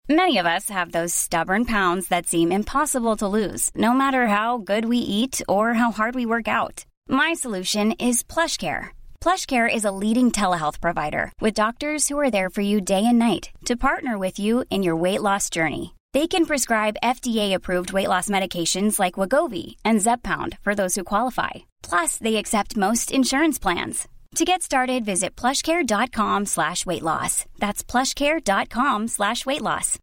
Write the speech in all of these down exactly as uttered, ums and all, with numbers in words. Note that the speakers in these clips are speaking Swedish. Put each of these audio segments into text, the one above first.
Many of us have those stubborn pounds that seem impossible to lose, no matter how good we eat or how hard we work out. My solution is PlushCare. PlushCare is a leading telehealth provider with doctors who are there for you day and night to partner with you in your weight loss journey. They can prescribe F D A-approved weight loss medications like Wegovy and Zepbound for those who qualify. Plus, they accept most insurance plans. To get started, visit plushcare.com slash weight loss. That's plushcare.com slash weight loss.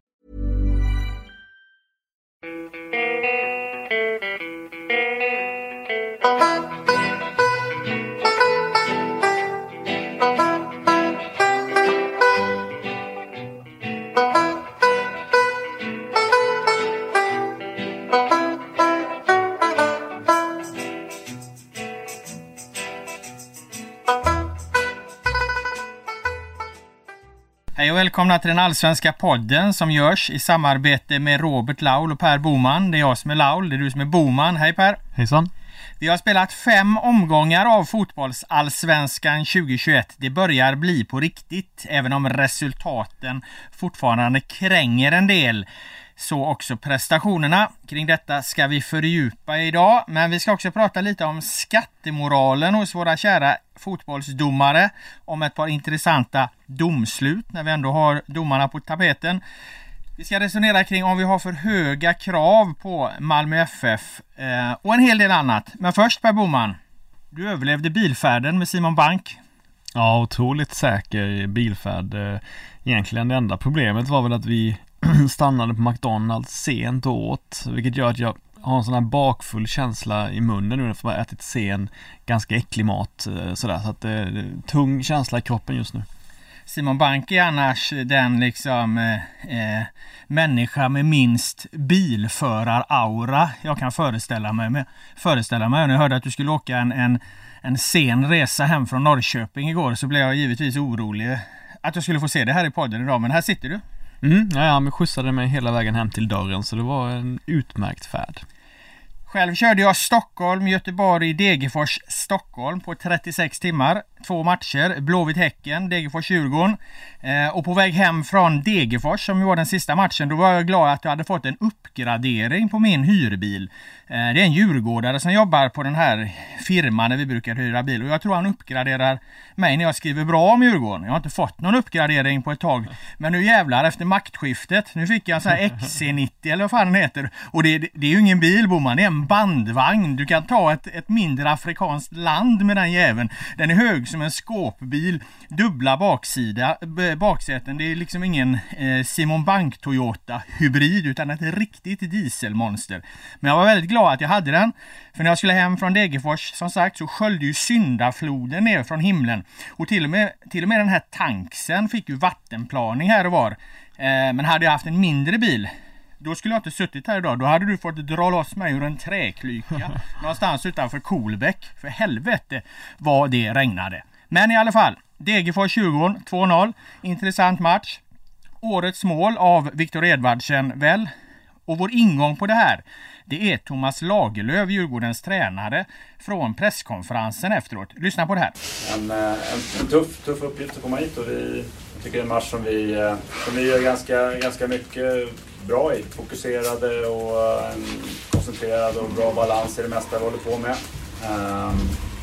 Hej och välkomna till den allsvenska podden som görs i samarbete med Robert Laul och Per Boman. Det är jag som är Laul, det är du som är Boman. Hej Per! Hejsan! Vi har spelat fem omgångar av fotbollsallsvenskan tjugohundratjugoett. Det börjar bli på riktigt, även om resultaten fortfarande kränger en del. Så också prestationerna. Kring detta ska vi fördjupa idag. Men vi ska också prata lite om skattemoralen hos våra kära fotbollsdomare. Om ett par intressanta domslut när vi ändå har domarna på tapeten. Vi ska resonera kring om vi har för höga krav på Malmö F F eh, och en hel del annat. Men först Per Boman, du överlevde bilfärden med Simon Bank. Ja, otroligt säker bilfärd. Egentligen det enda problemet var väl att vi stannade på McDonald's sent och åt, vilket gör att jag har en sån här bakfull känsla i munnen nu för att jag ätit sen, ganska äcklig mat sådär, så att det är tung känsla i kroppen just nu. Simon Bank är annars den liksom eh, människa med minst bilförar-aura jag kan föreställa mig. Med, föreställa mig. När jag hörde att du skulle åka en, en, en sen resa hem från Norrköping igår så blev jag givetvis orolig att jag skulle få se det här i podden idag, men här sitter du. Mm, ja, ja, men skjutsade mig hela vägen hem till dörren, så det var en utmärkt färd. Själv körde jag Stockholm, Göteborg, Degerfors, Stockholm på trettiosex timmar. Två matcher, Blåvitt Häcken, Degerfors Djurgården. Eh, och på väg hem från Degerfors, som var den sista matchen, då var jag glad att jag hade fått en uppgradering på min hyrbil. Eh, det är en djurgårdare som jobbar på den här firman där vi brukar hyra bil. Och jag tror han uppgraderar mig när jag skriver bra om Djurgården. Jag har inte fått någon uppgradering på ett tag. Men nu jävlar, efter maktskiftet, nu fick jag en sån här X C nittio eller vad fan den heter. Och det, det, det är ju ingen bil, Boman, det är en bandvagn. Du kan ta ett, ett mindre afrikanskt land med den jäveln. Den är hög som en skåpbil, dubbla baksida, baksäten. Det är liksom ingen eh, Simon Bank Toyota hybrid utan ett riktigt dieselmonster. Men jag var väldigt glad att jag hade den, för när jag skulle hem från Degerfors, som sagt, så sköljde ju syndafloden ner från himlen. Och till och med, till och med den här tanksen fick ju vattenplaning här och var. Eh, men hade jag haft en mindre bil, då skulle jag inte suttit här idag. Då hade du fått dra loss mig ur en träklyka någonstans utanför Kolbäck. För helvete vad det regnade. Men i alla fall, Degerfors Djurgården två noll. Intressant match. Årets mål av Viktor Edvardsen väl. Och vår ingång på det här, det är Thomas Lagerlöf, Djurgårdens tränare, från presskonferensen efteråt. Lyssna på det här. En, en, en tuff, tuff uppgift att komma hit, och vi jag tycker det är en match som vi, som vi gör ganska, ganska mycket bra i. Fokuserade och en koncentrerad och bra balans i det mesta vi håller på med. Um,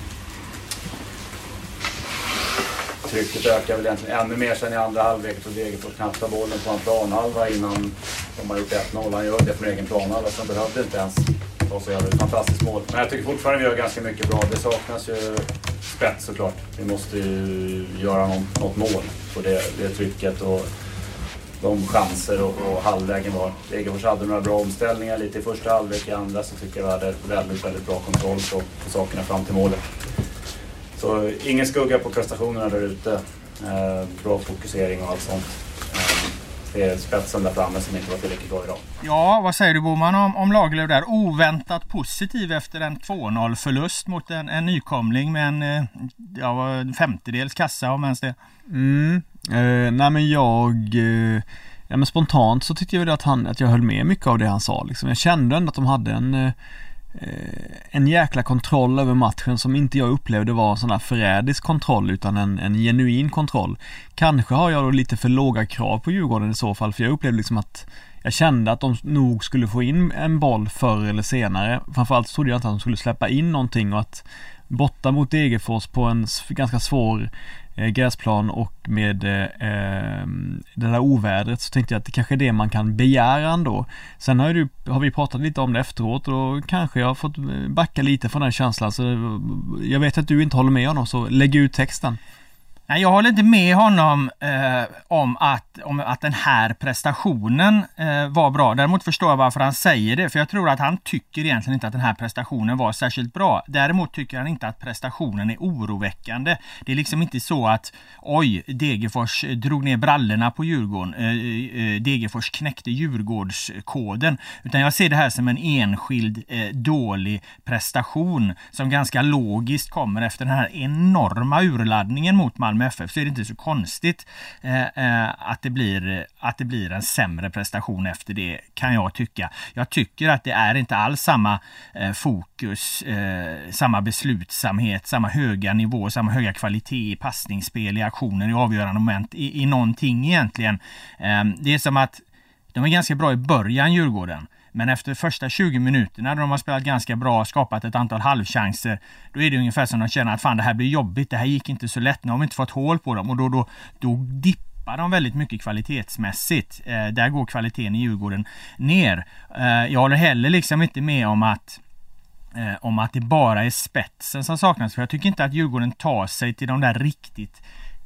trycket ökar väl egentligen ännu mer sen i andra halvlek, och Degerfors knappt tar bollen på en planhalva innan de har gjort ett noll. Han gör det på en egen planhalva, så de behövde inte ens ta så jävla fantastiskt mål. Men jag tycker fortfarande vi gör ganska mycket bra. Det saknas ju spets såklart. Vi måste ju göra något, något mål på det, det trycket och de chanser och, och halvlägen var. Degerfors hade några bra omställningar lite i första halvlek, i andra så tycker jag vi hade väldigt, väldigt bra kontroll på, på sakerna fram till målet. Så ingen skugga på prestationerna där ute. Eh, bra fokusering och allt sånt. Eh, det är spetsen där framme som inte var tillräckligt bra idag. Ja, vad säger du Boman om, om Lagerlöf där? Oväntat positiv efter en två noll förlust mot en, en nykomling med en ja, femtedels kassa om ens det. Mm. Eh, nej men jag... Eh, ja, men spontant så tyckte jag att, han, att jag höll med mycket av det han sa. Liksom. Jag kände ändå att de hade en... Eh, en jäkla kontroll över matchen som inte jag upplevde var en sån här förrädisk kontroll utan en, en genuin kontroll. Kanske har jag då lite för låga krav på Djurgården i så fall, för jag upplevde liksom att jag kände att de nog skulle få in en boll förr eller senare. Framförallt så trodde jag inte att de skulle släppa in någonting, och att borta mot Degerfors på en ganska svår eh, gräsplan och med eh, det där ovädret, så tänkte jag att det kanske är det man kan begära ändå. Sen har, du, har vi pratat lite om det efteråt, och då kanske jag har fått backa lite från den känslan. Så jag vet att du inte håller med honom, så lägg ut texten. Nej, jag håller inte med honom eh, om, att, om att den här prestationen eh, var bra. Däremot förstår jag varför han säger det. För jag tror att han tycker egentligen inte att den här prestationen var särskilt bra. Däremot tycker han inte att prestationen är oroväckande. Det är liksom inte så att oj, Degerfors drog ner brallorna på Djurgården. Eh, eh, Degerfors knäckte Djurgårdskoden. Utan jag ser det här som en enskild eh, dålig prestation som ganska logiskt kommer efter den här enorma urladdningen mot Malmö F F. Så är det inte så konstigt eh, eh, att, det blir, att det blir en sämre prestation efter det, kan jag tycka. Jag tycker att det är inte alls samma eh, fokus, eh, samma beslutsamhet, samma höga nivå, samma höga kvalitet i passningsspel, i aktioner, i avgörande moment, i, i någonting egentligen. Eh, det är som att de är ganska bra i början, Djurgården. Men efter första tjugo minuterna, när de har spelat ganska bra, skapat ett antal halvchanser, då är det ungefär som de känner att fan, det här blir jobbigt, det här gick inte så lätt, nu har vi inte fått hål på dem, och då, då, då dippar de väldigt mycket kvalitetsmässigt. Eh, där går kvaliteten i Djurgården ner. Eh, jag håller heller liksom inte med om att eh, om att det bara är spetsen som saknas, för jag tycker inte att Djurgården tar sig till de där riktigt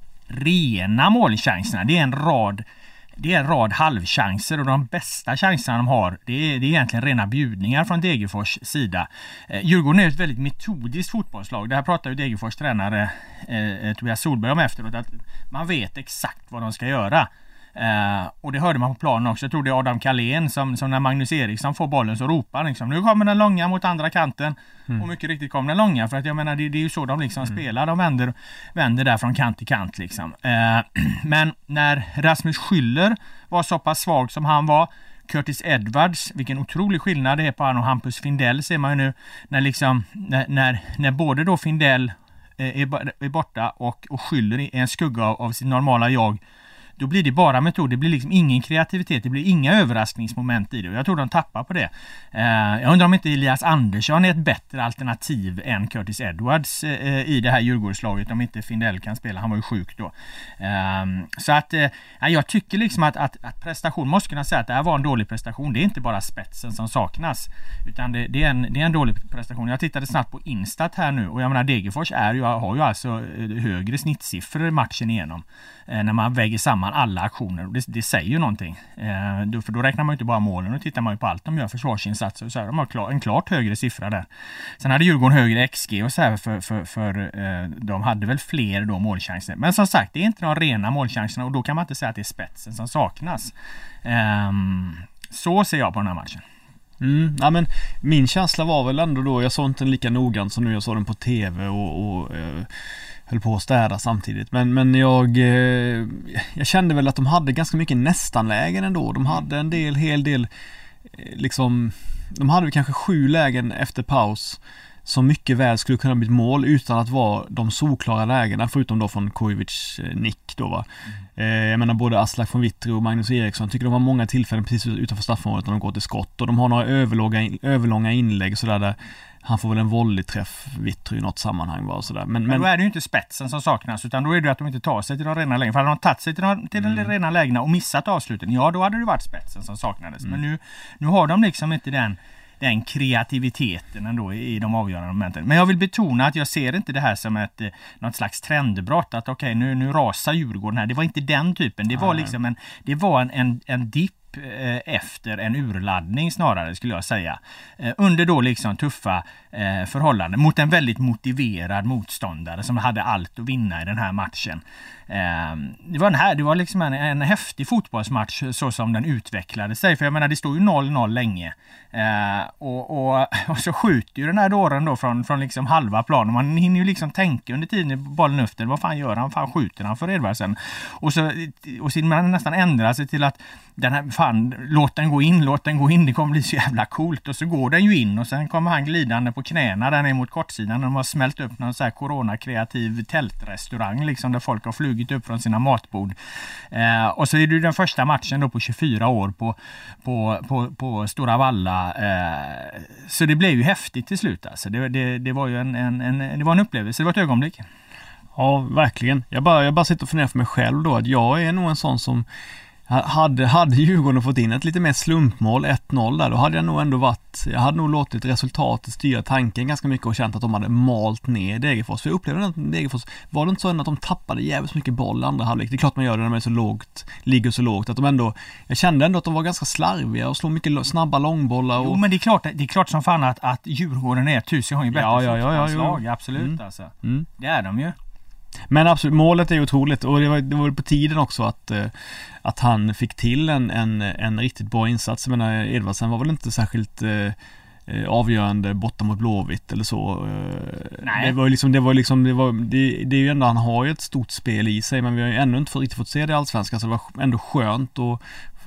rena målchanserna. Det är en rad Det är en rad halvchanser, och de bästa chanserna de har, det är, det är egentligen rena bjudningar från Degerfors sida. Eh, Djurgården är ett väldigt metodiskt fotbollslag. Det här pratar ju Degerfors tränare eh, Tobias Solberg om efteråt, att man vet exakt vad de ska göra. Uh, och det hörde man på planen också. Jag tror det är Adam Kalén som, som när Magnus Eriksson får bollen så ropar liksom, nu kommer den långa mot andra kanten. Mm. Och mycket riktigt kommer den långa, för att jag menar det, det är ju så de liksom mm. spelar. De vänder, vänder där från kant till kant liksom. Uh, men när Rasmus Schüller var så pass svag som han var, Curtis Edwards, vilken otrolig skillnad det är på han och Hampus Findell, ser man ju nu när liksom när, när, när både då Findell är, är borta och, och Schüller är en skugga av, av sitt normala jag, då blir det bara metod. Det blir liksom ingen kreativitet. Det blir inga överraskningsmoment i det. Och jag tror de tappar på det. Eh, jag undrar om inte Elias Andersson är ett bättre alternativ än Curtis Edwards eh, i det här Djurgårdslaget. Om inte Findell kan spela. Han var ju sjuk då. Eh, så att eh, jag tycker liksom att, att, att prestation, måste kunna säga att det här var en dålig prestation. Det är inte bara spetsen som saknas. Utan det, det, är, en, det är en dålig prestation. Jag tittade snabbt på Instat här nu. Och jag menar, Degerfors är ju, har ju alltså högre snittsiffror matchen igenom. Eh, när man väger samman alla aktioner. Det, det säger ju någonting. Eh, då, för då räknar man ju inte bara målen, och tittar man ju på allt de gör, försvarsinsatser och så här. De har klar, en klart högre siffra där. Sen hade Djurgården högre X G och så här, för, för, för eh, de hade väl fler då målchanser. Men som sagt, det är inte de rena målchanserna, och då kan man inte säga att det är spetsen som saknas. Eh, så ser jag på den här matchen. Mm, ja, men min känsla var väl ändå då, jag såg inte den lika noggrant som nu, jag såg den på tv och, och eh, höll på att städa samtidigt, men, men jag eh, jag kände väl att de hade ganska mycket nästanlägen ändå. De hade en del, hel del eh, liksom, de hade kanske sju lägen efter paus som mycket väl skulle kunna bli ett mål utan att vara de solklara lägena, förutom då från Kojovic eh, nick då va. Mm. Eh, jag menar både Aslak von Witry och Magnus Eriksson, tycker de har många tillfällen precis utanför straffområdet när de går till skott, och de har några överlånga, överlånga inlägg sådär där han får väl en volleyträff Witry i något sammanhang var sådär. Men, men, men då är det ju inte spetsen som saknas, utan då är det att de inte tar sig till de rena lägena. För hade de tagit sig till de, till de mm. rena lägena och missat avsluten, ja då hade det varit spetsen som saknades. Mm. Men nu, nu har de liksom inte den den kreativiteten ändå i de avgörande momenten. Men jag vill betona att jag ser inte det här som ett något slags trendbrott, att okej, okay, nu, nu rasar Djurgården här. Det var inte den typen. Det var liksom en, det var en, en, en dipp efter en urladdning snarare, skulle jag säga. Under då liksom tuffa eh, förhållanden mot en väldigt motiverad motståndare som hade allt att vinna i den här matchen. Eh, det var en här, det var liksom en, en häftig fotbollsmatch så som den utvecklade sig. För jag menar, det stod ju noll noll länge. Eh, och, och, och så skjuter ju den här dåren då från, från liksom halva plan. Och man hinner ju liksom tänka under tiden bollen efter. Vad fan gör han? Fan skjuter han för Edvardsen? Och så, och så man nästan ändrar sig till att den här fan, låt den gå in, låt den gå in, det kommer bli så jävla coolt. Och så går den ju in och sen kommer han glidande på knäna där ner mot kortsidan. De har smält upp någon så här coronakreativ tältrestaurang liksom, där folk har flugit upp från sina matbord. Eh, och så är det den första matchen då på tjugofyra år på, på, på, på Stora Valla. Eh, så det blev ju häftigt till slut alltså. Det, det, det var ju en, en, en, det var en upplevelse, det var ett ögonblick. Ja, verkligen. Jag bara, jag bara sitter och funderar för mig själv då att jag är nog en sån som hade, hade Djurgården fått in ett lite mer slumpmål, ett noll där, då hade jag nog ändå varit, jag hade nog låtit resultatet styra tanken ganska mycket och känt att de hade malt ner Degerfors. För jag upplevde att Degerfors, var det inte så att de tappade jävligt mycket boll andra halvlek? Det är klart man gör det när man är så lågt, ligger så lågt, att de ändå, jag kände ändå att de var ganska slarviga och slog mycket snabba långbollar. Och... Jo, men det är klart, det är klart som fan att, att Djurgården är tusen gånger bättre ja, ja, ja, ja, lag, ja. absolut mm. alltså. Mm. Det är de ju. Men absolut, målet är ju otroligt och det var, det var på tiden också att, att han fick till en, en, en riktigt bra insats. Jag menar, Edvardsen var väl inte särskilt eh, avgörande borta mot Blåvitt eller så. Nej. Det var liksom, det var liksom, det var, det, det är ju ändå, han har ju ett stort spel i sig, men vi har ju ännu inte riktigt fått se det i Allsvenskan, så det var ändå skönt och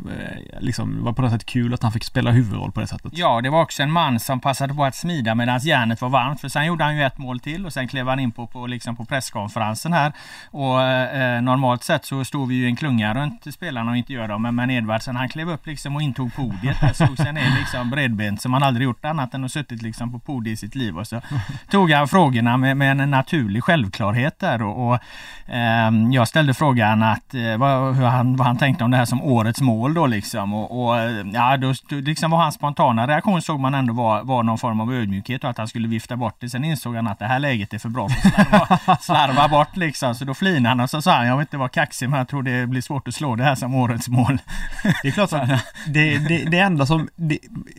liksom, det var på något sätt kul att han fick spela huvudroll på det sättet. Ja, det var också en man som passade på att smida medan järnet var varmt, för sen gjorde han ju ett mål till och sen klev han in på, på, liksom på presskonferensen här och eh, normalt sett så står vi ju en klunga runt spelarna och inte gör dem, men, men Edvardsen, han klev upp liksom och intog podiet där, såg sen ner liksom bredbent som han aldrig gjort annat än att suttit liksom på podiet i sitt liv, och så tog han frågorna med, med en naturlig självklarhet där och, och eh, jag ställde frågan att eh, vad, hur han, vad han tänkte om det här som årets mål då liksom, och, och ja, då liksom var hans spontana reaktion, såg man ändå var, var någon form av ödmjukhet och att han skulle vifta bort det. Sen insåg han att det här läget är för bra för att slarva, slarva bort liksom, så då flinade han och så sa han, jag vet inte vad kaxig, men jag tror det blir svårt att slå det här som årets mål. Det är klart att det, det, det enda som det,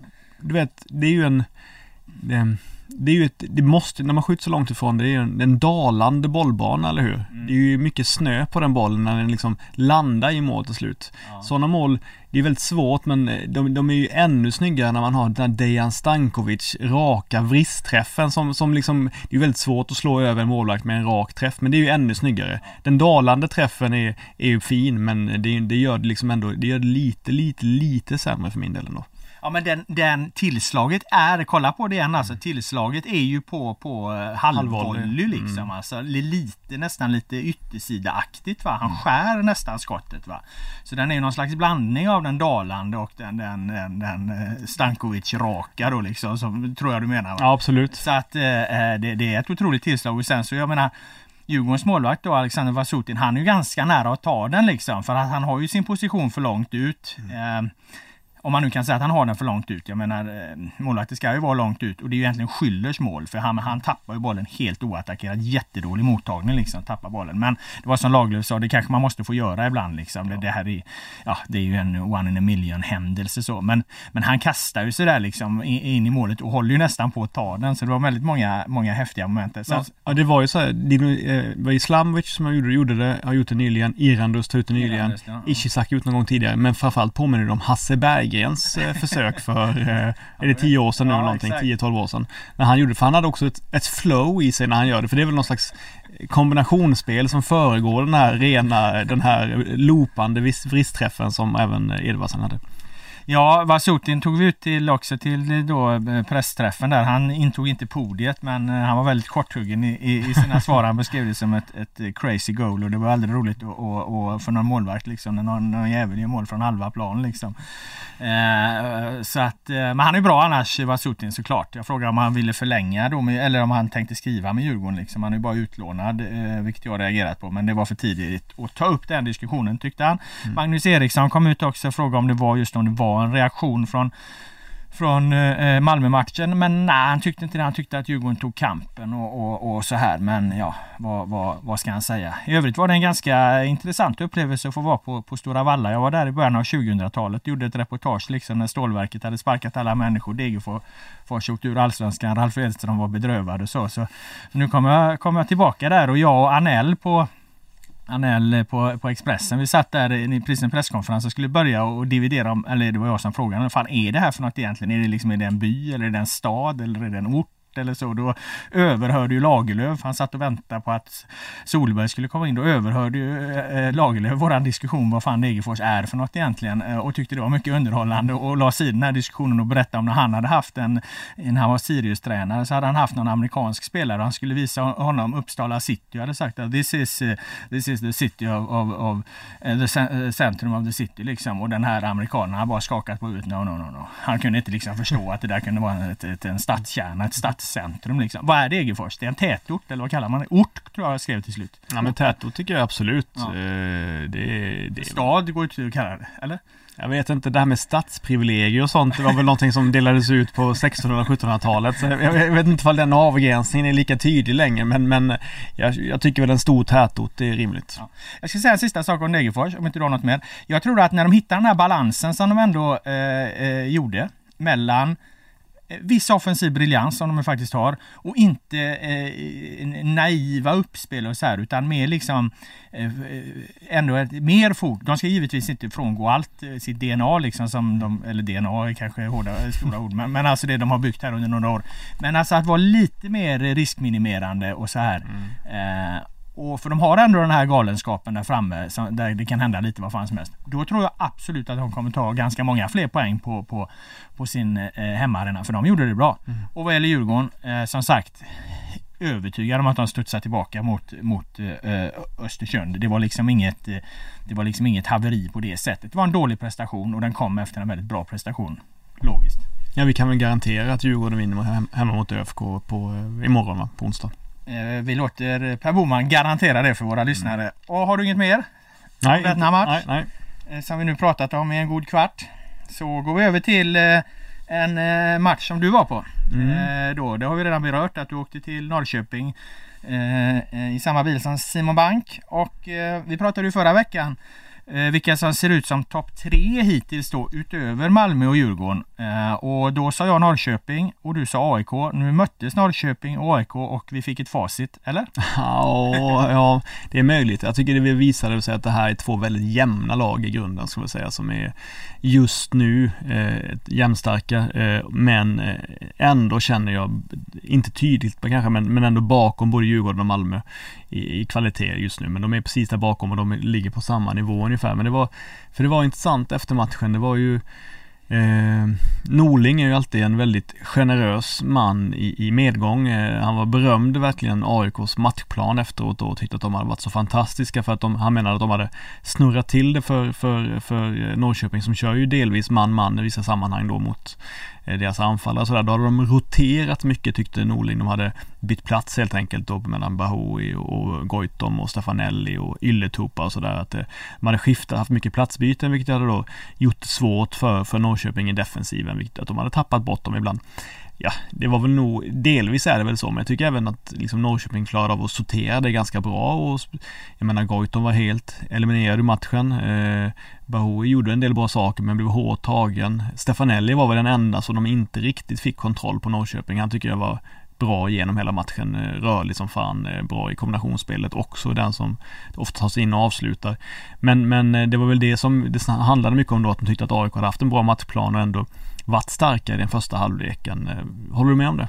du vet, det är ju en det, det är ju ett, det måste, när man skjuter så långt ifrån, det är ju en, en dalande bollbana, eller hur? Mm. Det är ju mycket snö på den bollen när den liksom landar i mål till slut. Ja. Sådana mål, det är väldigt svårt, men de, de är ju ännu snyggare när man har den där Dejan Stankovic raka vristträffen som, som liksom, det är väldigt svårt att slå över en målvakt med en rak träff, men det är ju ännu snyggare. Den dalande träffen är, är ju fin, men det, det gör det liksom ändå, det gör det lite, lite, lite sämre för min del ändå. Ja, men den, den tillslaget är, kolla på det igen alltså, tillslaget är ju på, på halvvolley liksom, mm. alltså lite, nästan lite yttersidaaktigt va, han mm. skär nästan skottet va, så den är ju någon slags blandning av den dalande och den, den, den, den Stankovic raka då liksom, som tror jag du menar va? Ja, absolut. Så att eh, det, det är ett otroligt tillslag, och sen så jag menar Djurgårdens målvakt då, Alexander Vasutin, han är ju ganska nära att ta den liksom, för att han har ju sin position för långt ut. Mm. eh, Om man nu kan säga att han har den för långt ut. Jag menar, målvakten ska ju vara långt ut. Och det är ju egentligen Schüllers mål. För han, han tappar ju bollen helt oattackerad. Jättedålig mottagning liksom, tappar bollen. Men det var som Lagerlöf sa, det kanske man måste få göra ibland liksom. Det, det här är, ja, det är ju en one in a million händelse så. Men, men han kastar ju sig där liksom in i målet och håller ju nästan på att ta den. Så det var väldigt många, många häftiga moment. Så, ja, ja, det var ju så här, det var Islamovic som jag gjorde, gjorde det, har gjort det nyligen. Irandus tog ut det nyligen. Irandus, ja. Ishizaki ut någon gång tidigare. Men framförallt påminner de om Hasse Berg Grens försök för är det tio år sedan nu eller någonting, tio tolv år sedan när han gjorde, för han hade också ett, ett flow i sig när han gör det, för det är väl någon slags kombinationsspel som föregår den här rena, den här loopande vristträffen som även Edvardsen hade. Ja, Vasutin tog vi ut till också till då pressträffen där. Han intog inte podiet, men han var väldigt korthuggen i, i, i sina svar. Han beskrev det som ett, ett crazy goal, och det var aldrig roligt och, och, och för någon målvakt liksom, när någon, någon jävel gör mål från halva plan liksom. Eh, så att, men han är bra annars, Vasutin, såklart. Jag frågade om han ville förlänga då med, eller om han tänkte skriva med Djurgården liksom. Han är bara utlånad, eh, vilket jag reagerat på, men det var för tidigt att ta upp den diskussionen, tyckte han. Mm. Magnus Eriksson kom ut också och frågade om det var just om det var en reaktion från från eh, Malmö-matchen, men nej, han tyckte inte det. Han tyckte att Djurgården tog kampen och, och, och så här, men ja, vad, vad, vad ska han säga? I övrigt var det en ganska intressant upplevelse att få vara på, på Stora Valla. Jag var där i början av tjugohundratalet, gjorde ett reportage liksom när Stålverket hade sparkat alla människor, Degerfors åkte ur Allsvenskan, Ralf Edström var bedrövad och så, så nu kommer jag, kommer jag tillbaka där, och jag och Anel på Anel på, på Expressen, vi satt där i precis en presskonferens och skulle börja och dividera om, eller det var jag som frågade, vad fan är det här för något egentligen? Är det liksom, är det en by eller är det en stad eller är det en ort kvart eller så, då överhörde ju Lagerlöf. Han satt och väntade på att Solberg skulle komma in. Då överhörde ju eh, Lagerlöf våran diskussion vad fan Degerfors är för något egentligen, eh, och tyckte det var mycket underhållande, och la sig i den här diskussionen och berättade om när han hade haft en, när han var Sirius-tränare, så hade han haft någon amerikansk spelare och han skulle visa honom Uppsala City och hade sagt att this is, uh, this is the city of, of, of uh, the centrum of the city liksom, och den här amerikanen har bara skakat på ut, no, no, no, no. Han kunde inte liksom förstå att det där kunde vara ett, ett, en stadskärna, ett stadscentrum liksom. Vad är Degerfors? Det är en tätort, eller vad kallar man det? Ort tror jag skrev till slut. Ja, men tätort tycker jag absolut. Ja. Det, det... Stad går ut att kalla det, eller? Jag vet inte, det här med stadsprivilegier och sånt, det var väl någonting som delades ut på sextonhundra- och sjuttonhundratalet. Så jag vet inte om den avgränsningen är lika tydlig längre, men, men jag, jag tycker väl en stor tätort, det är rimligt. Ja. Jag ska säga en sista sak om Degerfors, om inte du har något mer. Jag tror att när de hittar den här balansen som de ändå eh, eh, gjorde mellan viss offensiv briljans som de faktiskt har och inte eh, naiva uppspel och så här, utan mer liksom eh, ändå ett, mer fot. De ska givetvis inte frångå allt eh, sitt D N A liksom, som de, eller D N A är kanske hårda, stora ord, men, men alltså det de har byggt här under några år. Men alltså att vara lite mer riskminimerande och så här. Mm. Eh, Och för de har ändå den här galenskapen där framme som, där det kan hända lite vad fan som helst. Då tror jag absolut att de kommer ta ganska många fler poäng på, på, på sin eh, hemmaarena, för de gjorde det bra. Mm. Och vad gäller Djurgården, eh, som sagt, övertygad om att de studsar tillbaka mot, mot eh, Östersund. Det var liksom inget eh, det var liksom inget haveri på det sättet. Det var en dålig prestation och den kom efter en väldigt bra prestation. Logiskt. Ja, vi kan väl garantera att Djurgården vinner hem, hemma mot ÖFK på, eh, imorgon, va? På onsdag. Vi låter Per Boman garantera det för våra lyssnare. Mm. Och har du inget mer? Nej, denna match? nej, nej. Som vi nu pratat om i en god kvart. Så går vi över till en match som du var på. Mm. Då, det har vi redan berört att du åkte till Norrköping i samma bil som Simon Bank. Och vi pratade ju förra veckan vilka som ser ut som topp tre hittills då, utöver Malmö och Djurgården. Eh, och då sa jag Norrköping och du sa A I K. Nu möttes Norrköping och A I K och vi fick ett facit, eller? Ja, ja, det är möjligt. Jag tycker det visade sig att det här är två väldigt jämna lag i grunden, skulle jag säga, som är just nu eh, jämnstarka. Eh, men eh, ändå känner jag, inte tydligt kanske, men, men ändå bakom både Djurgården och Malmö i, i kvalitet just nu. Men de är precis där bakom och de ligger på samma nivå ungefär. Men det var, för det var intressant efter matchen. Det var ju Eh, Norling är ju alltid en väldigt generös man i, i medgång. Eh, han var berömd verkligen A I K:s matchplan efteråt och tyckte att de hade varit så fantastiska för att de, han menade att de hade snurrat till det för, för, för Norrköping, som kör ju delvis man-man i vissa sammanhang då mot eh, deras anfallare. Så där, då hade de roterat mycket, tyckte Norling. De hade bytt plats helt enkelt då mellan Bahoui och Goitom och Stefanelli och Ylletupa och sådär. Att eh, de hade skiftat, haft mycket platsbyten, vilket hade då gjort det svårt för, för Norrköping i defensiven, vilket att de hade tappat bort dem ibland. Ja, det var väl nog, delvis är det väl så, men jag tycker även att liksom Norrköping klarade av att sortera det ganska bra. Och jag menar, Goitom var helt eliminerad i matchen. Eh, Bahoui gjorde en del bra saker men blev hårt tagen. Stefanelli var väl den enda som de inte riktigt fick kontroll på Norrköping. Han tycker jag var bra genom hela matchen, rörlig som fan, bra i kombinationsspelet, också den som ofta tar sig in och avslutar. Men, men det var väl det som det handlade mycket om då, att de tyckte att A I K hade haft en bra matchplan och ändå varit starka i den första halvleken. Håller du med om det?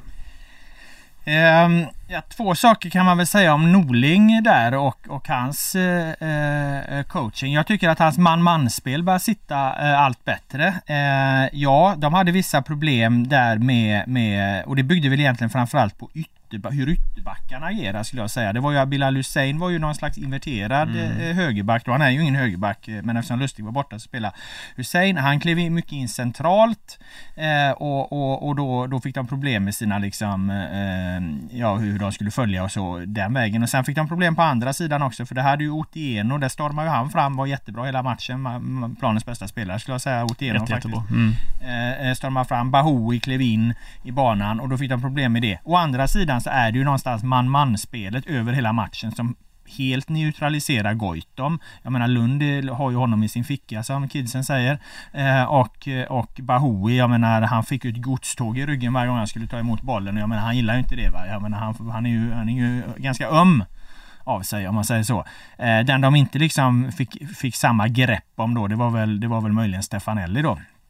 Um, ja, två saker kan man väl säga om Norling där och, och hans uh, coaching. Jag tycker att hans man-man-spel börjar sitta uh, allt bättre. Uh, ja, de hade vissa problem där med, med och det byggde väl egentligen framförallt på ytterback, hur ytterbackarna agerar, skulle jag säga. Det var ju Bilal Hussein var ju någon slags inverterad mm. högerback då. Han är ju ingen högerback, men eftersom Lustig var borta så spelade Hussein. Han klev in mycket in centralt eh, och, och, och då, då fick de problem med sina liksom eh, ja, hur de skulle följa och så den vägen. Och sen fick de problem på andra sidan också, för det här är ju Otieno, där stormade ju han fram, var jättebra hela matchen, planens bästa spelare skulle jag säga, Otieno Jätte, faktiskt. Mm. Eh, stormade fram, Bahoui klev in i banan och då fick de problem med det. Å andra sidan så är det ju någonstans man-man-spelet över hela matchen som helt neutraliserar Goitom. Jag menar, Lund har ju honom i sin ficka, som kidsen säger. Eh, och, och Bahoui, jag menar, han fick ju ett godståg i ryggen varje gång han skulle ta emot bollen. Och jag menar, han gillar ju inte det, va? Jag menar, han, han, är ju, han är ju ganska öm av sig, om man säger så. Eh, den de inte liksom fick, fick samma grepp om då, det var väl, det var väl möjligen Stefanelli då.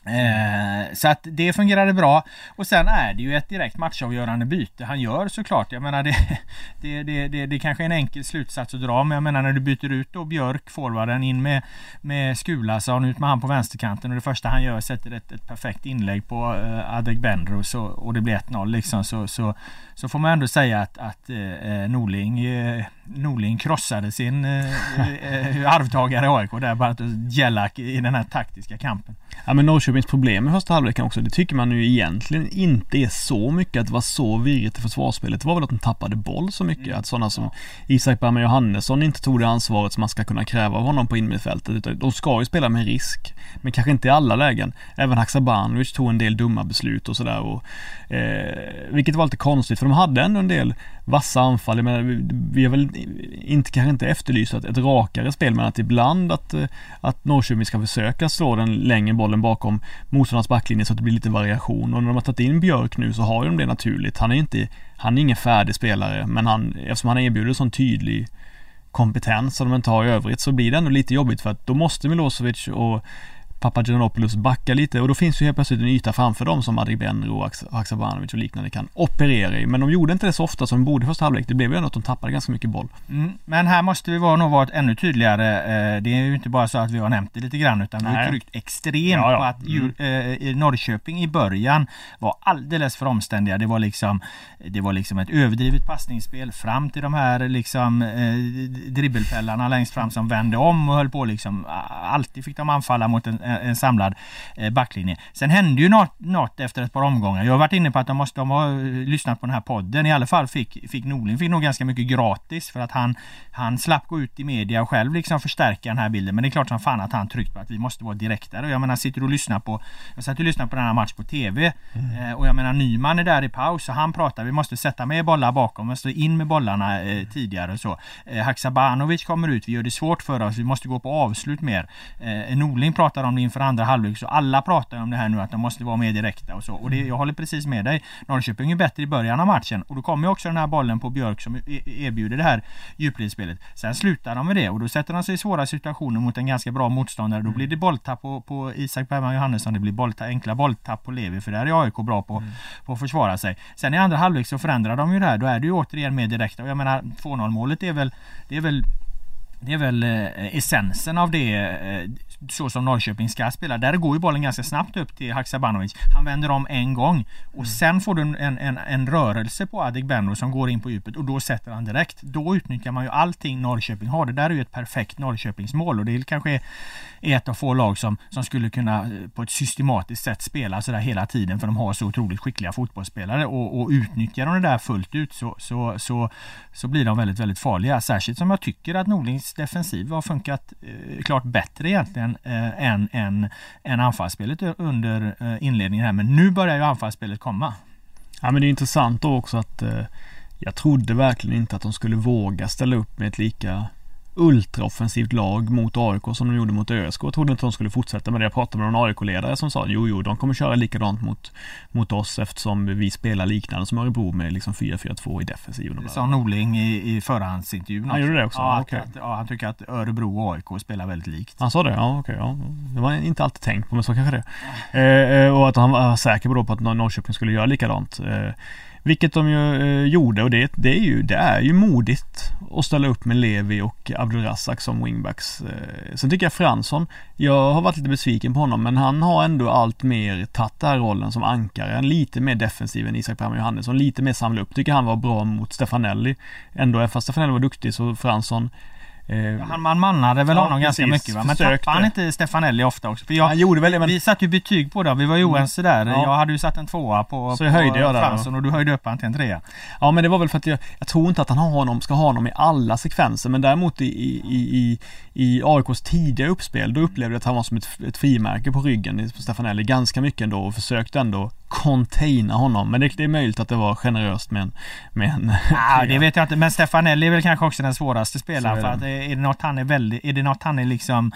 Eh, så att det fungerade bra. Och sen är det ju ett direkt matchavgörande byte han gör såklart. Jag menar det, det, det, det, det kanske är en enkel slutsats att dra, men jag menar när du byter ut då Björk, forwarden, in med, med Skulason, ut med han på vänsterkanten, och det första han gör sätter ett, ett perfekt inlägg på eh, Adegbenro, så, och det blir ett noll liksom, så, så, så får man ändå säga att, att eh, Norling eh, Norling krossade sin eh, eh, arvtagare A I K där, bara att Jellak i den här taktiska kampen. Ja, men Norrköpings problem i första halvleken också, det tycker man ju egentligen inte är så mycket att det var så virrigt i försvarsspelet. Det var väl att de tappade boll så mycket, mm. att sådana som Isak Bergman Johannesson inte tog det ansvaret som man ska kunna kräva av honom på innermittfältet. De ska ju spela med risk, men kanske inte i alla lägen. Även Haksabanovic tog en del dumma beslut och sådär, och, eh, vilket var lite konstigt, för de hade ändå en del vassa anfall. Men vi, vi har väl inte, kanske inte efterlyst ett, ett rakare spel, men att ibland att, att Norrköping ska försöka slå den längre bollen bakom motståndarnas backlinje så att det blir lite variation. Och när de har tagit in Björk nu så har de det naturligt. Han är inte, han är ingen färdig spelare, men han, eftersom han erbjuder sån tydlig kompetens som de inte har i övrigt, så blir det ändå lite jobbigt, för att då måste Milosevic och Papagiannopoulos backa lite, och då finns ju helt plötsligt en yta framför dem som Adegbenro och Haksabanovic och liknande kan operera i, men de gjorde inte det så ofta som de borde första halvlek. Det blev ju ändå att de tappade ganska mycket boll. Mm, men här måste vi vara nog varit ännu tydligare. Det är ju inte bara så att vi har nämnt det lite grann, utan vi har tryckt extremt ja, ja. på att mm. eh, Norrköping i början var alldeles för omständiga. Det var liksom det var liksom ett överdrivet passningsspel fram till de här liksom eh, dribbelpellarna längst fram som vände om och höll på liksom, alltid fick de anfalla mot en en samlad backlinje. Sen hände ju något, något efter ett par omgångar. Jag har varit inne på att de måste de ha lyssnat på den här podden. I alla fall fick, fick Norling fick nog ganska mycket gratis, för att han, han slapp gå ut i media och själv liksom förstärka den här bilden. Men det är klart som fan att han tryckt på att vi måste vara direktare. Och jag menar, sitter du och lyssnar på jag satt och lyssnade på den här match på tv mm. eh, och jag menar, Nyman är där i paus och han pratar, vi måste sätta med bollar bakom, vi måste in med bollarna eh, tidigare och så. Eh, Haksabanovic kommer ut, vi gör det svårt för oss, vi måste gå på avslut mer. Eh, Norling pratar om det inför andra halvlek, så alla pratar om det här nu, att de måste vara mer direkta och så. Och det, jag håller precis med dig. Norrköping är bättre i början av matchen, och då kommer också den här bollen på Björk som erbjuder det här djupledsspelet. Sen slutar de med det, och då sätter de sig i svåra situationer mot en ganska bra motståndare. Då blir det bolltapp på, på Isak Bergman Johannesson, det blir bolltapp, enkla bolltapp på Levi, för där är A I K bra på, mm. på att försvara sig. Sen i andra halvlek så förändrar de ju det här, då är det ju återigen mer direkta. Och jag menar, två noll målet är väl det är väl Det är väl eh, essensen av det, eh, så som Norrköping ska spela. Där går ju bollen ganska snabbt upp till Haksabanovic. Han vänder om en gång och mm. sen får du en, en, en rörelse på Adegbenro som går in på djupet, och då sätter han direkt. Då utnyttjar man ju allting Norrköping har. Det där är ju ett perfekt Norrköpingsmål, och det är kanske ett av få lag som, som skulle kunna på ett systematiskt sätt spela så där hela tiden, för de har så otroligt skickliga fotbollsspelare, och, och utnyttjar de det där fullt ut så, så, så, så blir de väldigt, väldigt farliga. Särskilt som jag tycker att Norlings defensiv har funkat eh, klart bättre egentligen eh, än, än, än anfallsspelet under eh, inledningen här. Men nu börjar ju anfallsspelet komma. Ja, men det är intressant då också att eh, jag trodde verkligen inte att de skulle våga ställa upp med ett lika ultraoffensivt lag mot A I K som de gjorde mot ÖSK. Jag trodde inte att de skulle fortsätta med det. Jag pratade med någon A I K-ledare som sa jo, jo, de kommer köra likadant mot, mot oss, eftersom vi spelar liknande som Örebro med liksom fyra fyra två i defensiven. Det sa Norling i, i förhandsintervjun. Han gjorde det också? Ja, okay. att, ja, han tycker att Örebro och A I K spelar väldigt likt. Han sa det? Ja, okej. Okay, ja. Det var inte alltid tänkt på, men så kanske det. Eh, och att han var säker på, då på att Norrköping skulle göra likadant. Eh, Vilket de ju eh, gjorde, och det, det, är ju, det är ju modigt att ställa upp med Levi och Abdulrazak som wingbacks. Eh, sen tycker jag Fransson, jag har varit lite besviken på honom, men han har ändå allt mer tagit den här rollen som ankare. Lite mer defensiv än Isak Bergman Johannesson, lite mer samla upp. Tycker han var bra mot Stefanelli. Ändå, fast Stefanelli var duktig, så Fransson... Ja, han man mannade väl ja, honom precis, ganska mycket, va? Men tappade han inte Stefanelli ofta också? För jag, han gjorde väl, men... Vi satte ju betyg på det, vi var ju oense där. Ja. Jag hade ju satt en tvåa på, så jag höjde jag Fransson och du höjde upp han till en trea. Ja, men det var väl för att jag, jag tror inte att han har honom, ska ha honom i alla sekvenser, men däremot i, i, i, i A I K:s tidiga uppspel, då upplevde jag att han var som ett, ett frimärke på ryggen på Stefanelli ganska mycket ändå, och försökte ändå containa honom, men det, det är möjligt att det var generöst med en, med en ja, det vet jag inte, men Stefanelli är väl kanske också den svåraste spelaren, för att är det något han är väldigt, är det något han är liksom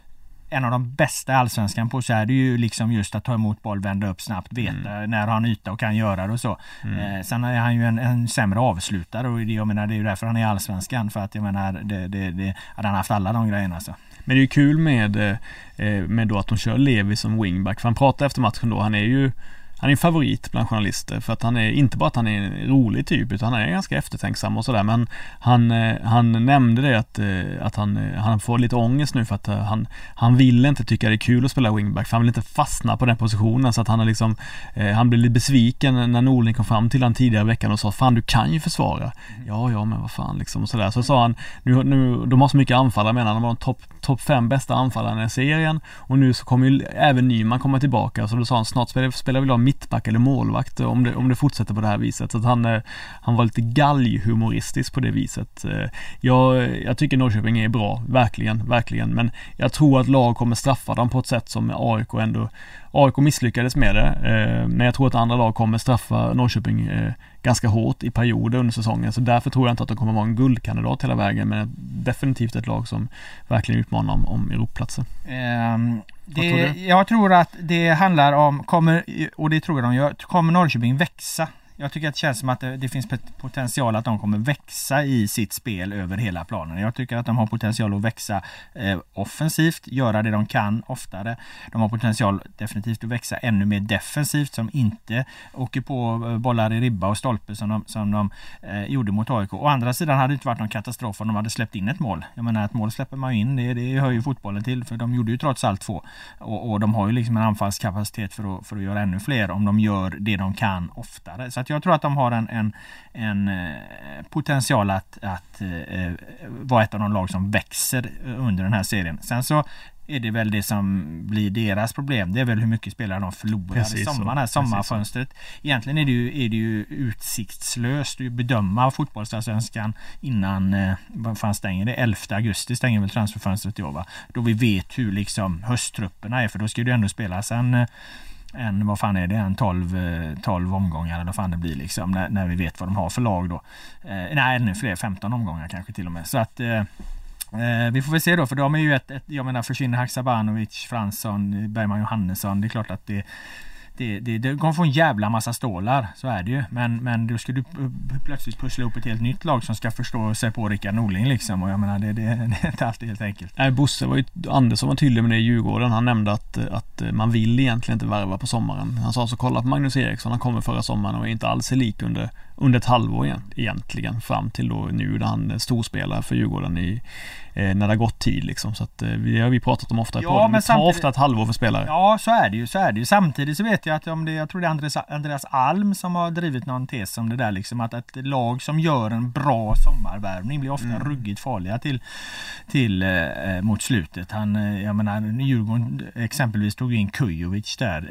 en av de bästa i allsvenskan på, så är det ju liksom just att ta emot boll, vända upp snabbt, veta mm. när han yta och kan göra det och så. Mm. Eh, sen är han ju en, en sämre avslutare, och det, jag menar, det är ju därför han är i allsvenskan, för att jag menar det, det, det hade han haft alla de grejerna så. Men det är ju kul med, med då att de kör Levi som wingback. För han pratar efter matchen då, han är ju han är en favorit bland journalister för att han är inte bara att han är en rolig typ utan han är ganska eftertänksam och sådär, men han, han nämnde det att, att han, han får lite ångest nu för att han, han vill inte tycka det är kul att spela wingback för han vill inte fastna på den positionen, så att han är liksom han blev lite besviken när Norling kom fram till han tidigare i veckan och sa fan du kan ju försvara. Mm. Ja ja men vad fan liksom och sådär. Så sa han nu, nu de har så mycket anfallare, menar de var de topp top fem bästa anfallarna i serien och nu så kommer ju även Nyman komma tillbaka, så då sa han snart spelar, spelar vi av mittback eller målvakt om det, om det fortsätter på det här viset. Så att han, han var lite galghumoristisk på det viset. Jag, jag tycker Norrköping är bra, verkligen, verkligen. Men jag tror att lag kommer straffa dem på ett sätt som A I K ändå A I K misslyckades med det. Men jag tror att andra lag kommer straffa Norrköping ganska hårt i perioder under säsongen. Så därför tror jag inte att de kommer vara en guldkandidat hela vägen, men definitivt ett lag som verkligen utmanar om, om Europaplatser. Um, det, tror jag tror att det handlar om, kommer, och det tror jag de gör, kommer Norrköping växa? Jag tycker att det känns som att det, det finns potential att de kommer växa i sitt spel över hela planen. Jag tycker att de har potential att växa eh, offensivt, göra det de kan oftare. De har potential definitivt att växa ännu mer defensivt, som inte åker på bollar i ribba och stolpe som de, som de eh, gjorde mot A I K. Å andra sidan hade det inte varit någon katastrof om de hade släppt in ett mål. Jag menar, ett mål släpper man in, det, det hör ju fotbollen till, för de gjorde ju trots allt två. Och, och de har ju liksom en anfallskapacitet för att, för att göra ännu fler om de gör det de kan oftare. Så att jag tror att de har en, en, en potential att, att eh, vara ett av de lag som växer under den här serien. Sen så är det väl det som blir deras problem. Det är väl hur mycket spelare de förlorar i sommaren, här sommarfönstret. Egentligen är det ju, är det ju utsiktslöst att bedöma fotbollsallsvenskan innan eh, vad fan stänger det? elfte augusti stänger väl transferfönstret i år, va? Då vi vet hur liksom hösttrupperna är, för då ska det ju ändå spelas en en, vad fan är det, en tolv, tolv omgångar eller vad fan det blir liksom, när, när vi vet vad de har för lag då. Eh, nej, ännu fler, femton omgångar kanske till och med. Så att eh, vi får väl se då, för de är ju ett, ett jag menar, försvinner Haksabanovic, Fransson, Bergman Johannesson, det är klart att det Det, det, det kommer få en jävla massa stålar, så är det ju. Men, men då ska du plötsligt pussla upp ett helt nytt lag som ska förstå sig på Rickard Norling liksom. Och jag menar, det, det, det är inte alltid helt enkelt. Nej, Bosse var ju, Andersson var tydlig med det i Djurgården. Han nämnde att, att man vill egentligen inte värva på sommaren. Han sa så, kolla på Magnus Eriksson, han kommer förra sommaren och är inte alls lik under, under ett halvår egentligen, fram till då nu när han storspelar för Djurgården i Eh, när det har gått tid liksom. Så att eh, vi har vi pratat om ofta, ja, på det. Det tar ofta ett halvår för spelare. Ja, så är det ju, så är det ju. Samtidigt så vet jag att om det, jag tror det är Andreas, Andreas Alm som har drivit någon tes om det där liksom, att ett lag som gör en bra sommarvärvning blir ofta mm. ruggigt farliga till, till eh, mot slutet. Han, eh, jag menar, Djurgården exempelvis tog in Kujovic där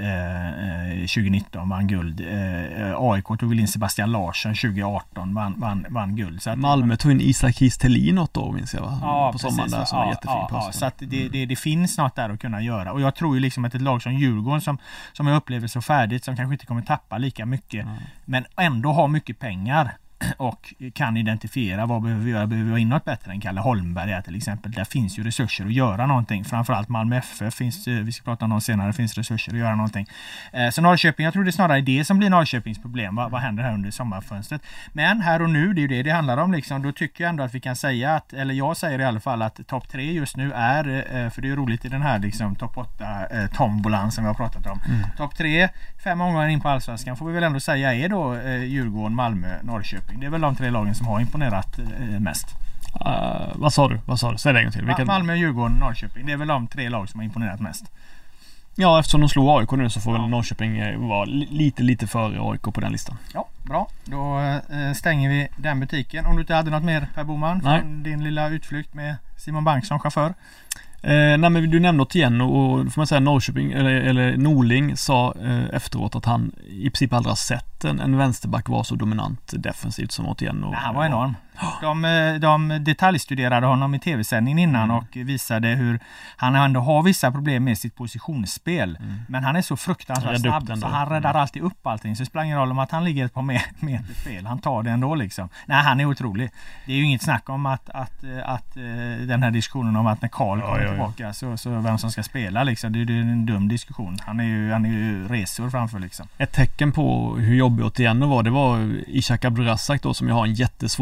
eh, tjugonitton, vann guld. Eh, A I K tog väl in Sebastian Larsson tjugoarton, vann, vann, vann guld. Så att, Malmö tog in Isak Kistelin något år, minns jag, va? Ja, på sommaren där som ja, var jättefin ja, ja, så att det, det, det finns något där att kunna göra, och jag tror ju liksom att ett lag som Djurgården som, som jag upplever så färdigt, som kanske inte kommer tappa lika mycket mm. men ändå har mycket pengar och kan identifiera vad behöver vi göra, behöver vi ha in något bättre än Kalle Holmberg här, till exempel. Där finns ju resurser att göra någonting, framförallt Malmö F F finns, vi ska prata om någon senare, finns resurser att göra någonting. Eh, så Norrköping, jag tror det är snarare det som blir Norrköpings problem, vad, vad händer här under sommarfönstret. Men här och nu, det är ju det det handlar om liksom, då tycker jag ändå att vi kan säga att, eller jag säger i alla fall att topp tre just nu är, eh, för det är ju roligt i den här liksom topp åtta eh, tombolan som vi har pratat om. Mm. Topp tre, fem omgångar in på allsvenskan får vi väl ändå säga är då eh, Djurgården, Malmö, Norrköping. Det är väl de tre lagen som har imponerat eh, mest. Uh, vad sa du? Vad sa du? Säg det en gång till. Vilka... Malmö, Djurgården, Norrköping. Det är väl de tre lag som har imponerat mest. Ja, eftersom de slog A I K nu så får ja. väl Norrköping vara lite, lite före A I K på den listan. Ja, bra. Då eh, stänger vi den butiken. Om du inte hade något mer, Per Boman, från din lilla utflykt med Simon Bank som chaufför. Eh, nej, men du nämnde något igen, och, och får man säga Norrköping eller, eller Norling sa eh, efteråt att han i princip aldrig har sett en, en vänsterback vara så dominant defensivt som återigen. Och, nej, han var enorm. De, de detaljstuderade honom i tv-sändningen innan mm. och visade hur han ändå har vissa problem med sitt positionsspel. Mm. Men han är så fruktansvärt snabb så han räddar mm. alltid upp allting. Så det spelar ingen roll om att han ligger ett par meter fel. Han tar det ändå liksom. Nej, han är otrolig. Det är ju inget snack om att, att, att, att den här diskussionen om att när Karl kommer ja, ja, ja. tillbaka så, så vem som ska spela liksom. Det är ju en dum diskussion. Han är ju, han är ju resor framför liksom. Ett tecken på hur jobbigt Otieno var, det var Ishak Abdurazak då, som ju har en jättesvår roll. Han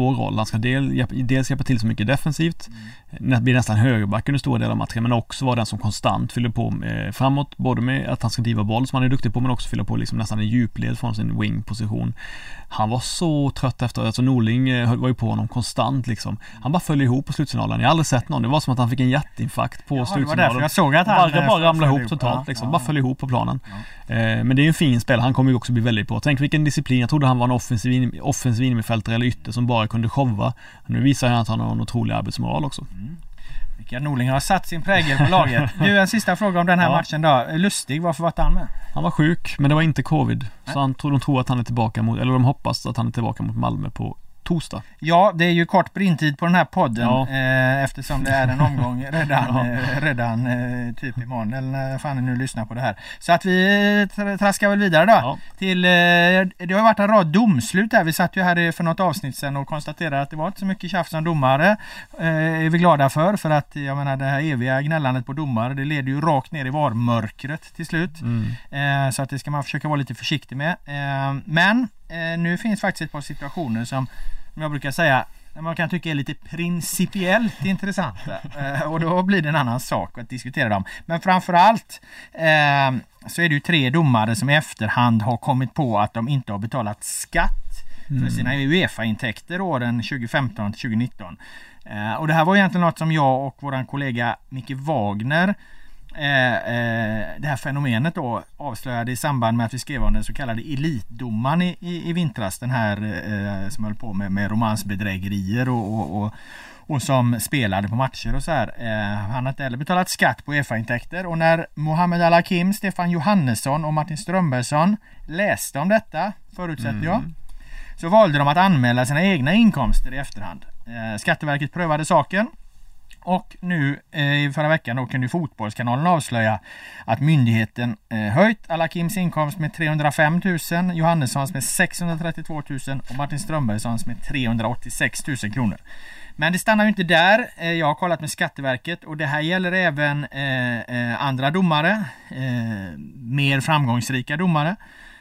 ska del, dels hjälpa till så mycket defensivt, mm. blir nästan högerback under stora delar av matchen, men också vara den som konstant fyller på med, framåt, både med att han ska driva boll som han är duktig på, men också fylla på liksom nästan en djupled från sin wing-position. Han var så trött efter, alltså Norling var ju på honom konstant liksom. Han bara föll ihop på slutsignalen. Jag har aldrig sett någon. Det var som att han fick en hjärtinfarkt på ja, slutsignalen. Det var därför jag såg att han bara, bara ramlade ihop totalt ja, liksom. Ja. Bara föll ihop på planen. Ja. Eh, men det är ju en fin spel. Han kommer ju också bli väldigt bra. Tänk vilken disciplin. Jag trodde han var en offensiv, offensiv innermittfältare eller ytter som bara kunde showa. Nu visar han att han har en otrolig arbetsmoral också. Mm. Rickard Norling har satt sin prägel på laget. Nu en sista fråga om den här ja. matchen då. Lustig, varför var han med? Han var sjuk, men det var inte covid. Nej. Så han tror, de tror att han är tillbaka mot, eller de hoppas att han är tillbaka mot Malmö på torsdag. Ja, det är ju kort brintid på den här podden ja. eh, eftersom det är en omgång redan, ja. eh, redan eh, typ imorgon eller när fan nu lyssnar på det här. Så att vi traskar väl vidare då. Ja. Till, eh, det har varit en rad domslut här. Vi satt ju här för något avsnitt sedan och konstaterade att det var inte så mycket tjafs som domare. Eh, är vi glada för, för att jag menar det här eviga gnällandet på domare, det leder ju rakt ner i varmörkret till slut. Mm. Eh, så att det ska man försöka vara lite försiktig med. Eh, men eh, nu finns faktiskt ett par situationer som som jag brukar säga, man kan tycka är lite principiellt intressanta. Eh, och då blir det en annan sak att diskutera dem. Men framförallt eh, så är det ju tre domare som i efterhand har kommit på att de inte har betalat skatt mm. för sina UEFA-intäkter åren tjugo femton till tjugo nitton. Eh, och det här var egentligen något som jag och våran kollega Micke Wagner Eh, eh, det här fenomenet då avslöjade i samband med att vi skrev om den så kallade elitdomaren i, i, i vintras, den här eh, som höll på med, med romansbedrägerier och, och, och, och som spelade på matcher och så här. Eh, han hade inte heller betalat skatt på UEFA-intäkter, och när Mohamed Al-Hakim, Stefan Johannesson och Martin Strömbergsson läste om detta, förutsätter mm. jag, så valde de att anmäla sina egna inkomster i efterhand. Eh, Skatteverket prövade saken. Och nu eh, förra veckan då kunde Fotbollskanalen avslöja att myndigheten eh, höjt Al-Hakims inkomst med trehundrafem tusen, Johannessons med sexhundratrettiotvå tusen och Martin Strömbergssons med trehundraåttiosex tusen kronor. Men det stannar ju inte där. Eh, jag har kollat med Skatteverket och det här gäller även eh, eh, andra domare, eh, mer framgångsrika domare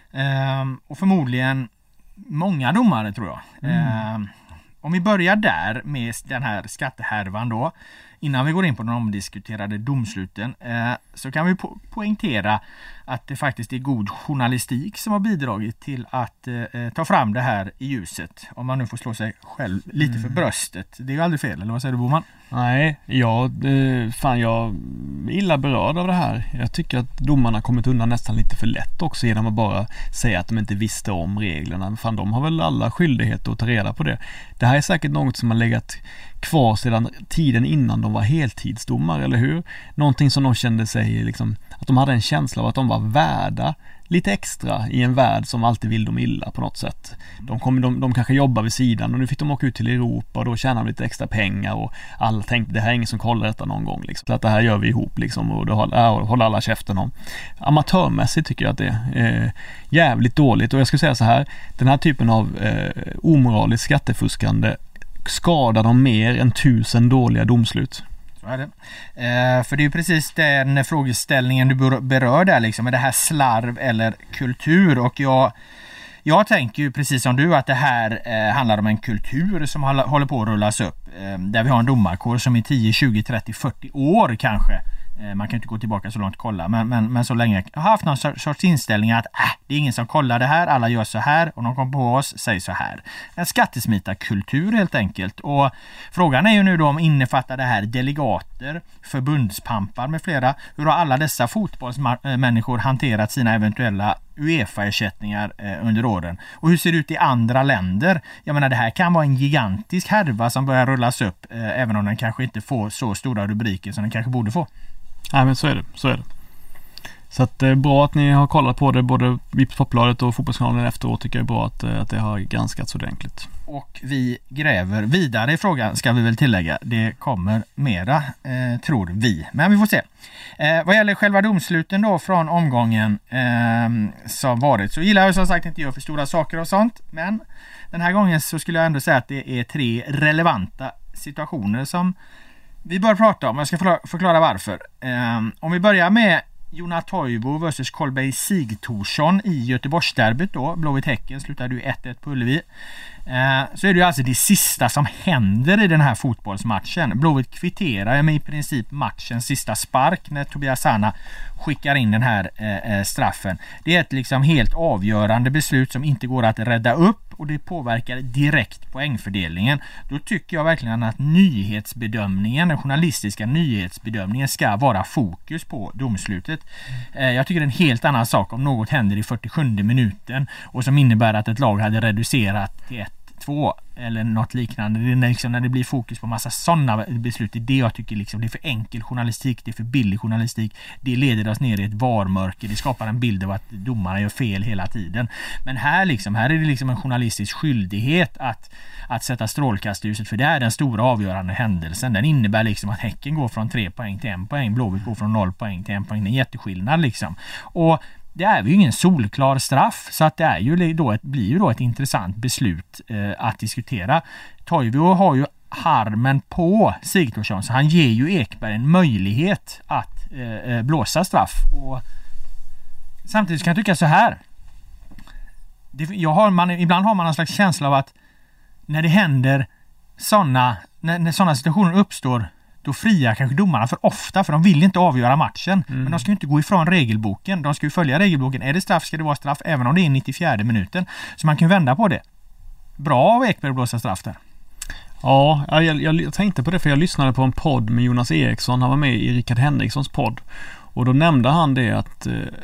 eh, och förmodligen många domare tror jag. Mm. Eh, Om vi börjar där med den här skattehärvan då, innan vi går in på de omdiskuterade domsluten, eh, så kan vi po- poängtera att det faktiskt är god journalistik som har bidragit till att eh, ta fram det här i ljuset. Om man nu får slå sig själv lite mm. för bröstet. Det är ju aldrig fel, eller vad säger du, Boman? Nej, jag, eh, fan, jag är illa berörd av det här. Jag tycker att domarna kommit undan nästan lite för lätt också genom att bara säga att de inte visste om reglerna. Fan, de har väl alla skyldighet att ta reda på det. Det här är säkert något som har legat kvar sedan tiden innan de var heltidsdomare, eller hur? Någonting som de kände sig liksom, att de hade en känsla av att de var värda lite extra i en värld som alltid vill dem illa på något sätt. De, kom, de, de kanske jobbar vid sidan och nu fick de åka ut till Europa och då tjänar de lite extra pengar och alla tänkte det här är ingen som kollar detta någon gång liksom. Så att det här gör vi ihop liksom, och då håller, håller alla käften om. Amatörmässigt tycker jag att det är eh, jävligt dåligt, och jag skulle säga så här, den här typen av eh, omoraliskt skattefuskande skadar de mer än tusen dåliga domslut. Så är det. Eh, för det är ju precis den frågeställningen du berör där liksom, är det här slarv eller kultur? Och jag, jag tänker ju precis som du att det här eh, handlar om en kultur som håller på att rullas upp. Eh, där vi har en domarkår som i tio, tjugo, trettio, fyrtio år kanske, man kan inte gå tillbaka så långt och kolla, men, men, men så länge jag har haft någon sorts inställning att äh, det är ingen som kollar det här, alla gör så här och de kommer på oss, säger så här. En skattesmitarkultur helt enkelt. Och frågan är ju nu då om innefattar det här delegater, förbundspampar med flera. Hur har alla dessa fotbollsmänniskor hanterat sina eventuella UEFA-ersättningar eh, under åren? Och hur ser det ut i andra länder? Jag menar, det här kan vara en gigantisk härva som börjar rullas upp, eh, även om den kanske inte får så stora rubriker som den kanske borde få. Nej, men så är det, så är det. Så att det är bra att ni har kollat på det, både Vips Popbladet och Fotbollskanalen efteråt, tycker jag är bra att, att det har granskats ordentligt. Och vi gräver vidare i frågan, ska vi väl tillägga. Det kommer mera, eh, tror vi. Men vi får se. Eh, vad gäller själva domsluten då från omgången eh, som varit, så gillar jag som sagt inte göra för stora saker och sånt. Men den här gången så skulle jag ändå säga att det är tre relevanta situationer som vi bör prata om. Jag ska förklara varför. Eh, om vi börjar med Jona Toivo versus Kolbej Sigthorsson i Göteborgsderbyt då. Blåvitt-Häcken slutade ju ett ett på Ullevi. Eh, så är det ju alltså det sista som händer i den här fotbollsmatchen. Blåvitt kvitterar med i princip matchens sista spark när Tobias Sana skickar in den här eh, straffen. Det är ett liksom helt avgörande beslut som inte går att rädda upp och det påverkar direkt poängfördelningen. Då tycker jag verkligen att nyhetsbedömningen, den journalistiska nyhetsbedömningen ska vara fokus på domslutet. Eh, jag tycker det är en helt annan sak om något händer i fyrtiosjunde minuten och som innebär att ett lag hade reducerat till ett två eller något liknande. Det är liksom när det blir fokus på massa sådana beslut. Det är det jag tycker liksom, det är för enkel journalistik, det är för billig journalistik. Det leder oss ner i ett varmörker. Det skapar en bild av att domarna gör fel hela tiden. Men här liksom, här är det liksom en journalistisk skyldighet att, att sätta strålkastljuset, för det är den stora avgörande händelsen. Den innebär liksom att Häcken går från tre poäng till en poäng, Blåvitt går från noll poäng till en poäng. Det är en jätteskillnad liksom. Och det är ju ingen solklar straff, så att det är ju då ett, blir ju då ett intressant beslut eh, att diskutera. Toivo har ju harmen på Sigthorsson, så han ger ju Ekberg en möjlighet att eh, blåsa straff. Och samtidigt kan jag tycka så här. Det, jag har man, ibland har man en slags känsla av att när det händer sådana, när, när sådana situationer uppstår, då friar kanske domarna för ofta, för de vill inte avgöra matchen. Mm. Men de ska ju inte gå ifrån regelboken. De ska ju följa regelboken. Är det straff ska det vara straff, även om det är nittiofjärde minuten. Så man kan vända på det. Bra av Ekberg att blåsa straff där. Ja, jag, jag, jag tänkte på det, för jag lyssnade på en podd med Jonas Eriksson. Han var med i Rickard Henrikssons podd. Och då nämnde han det att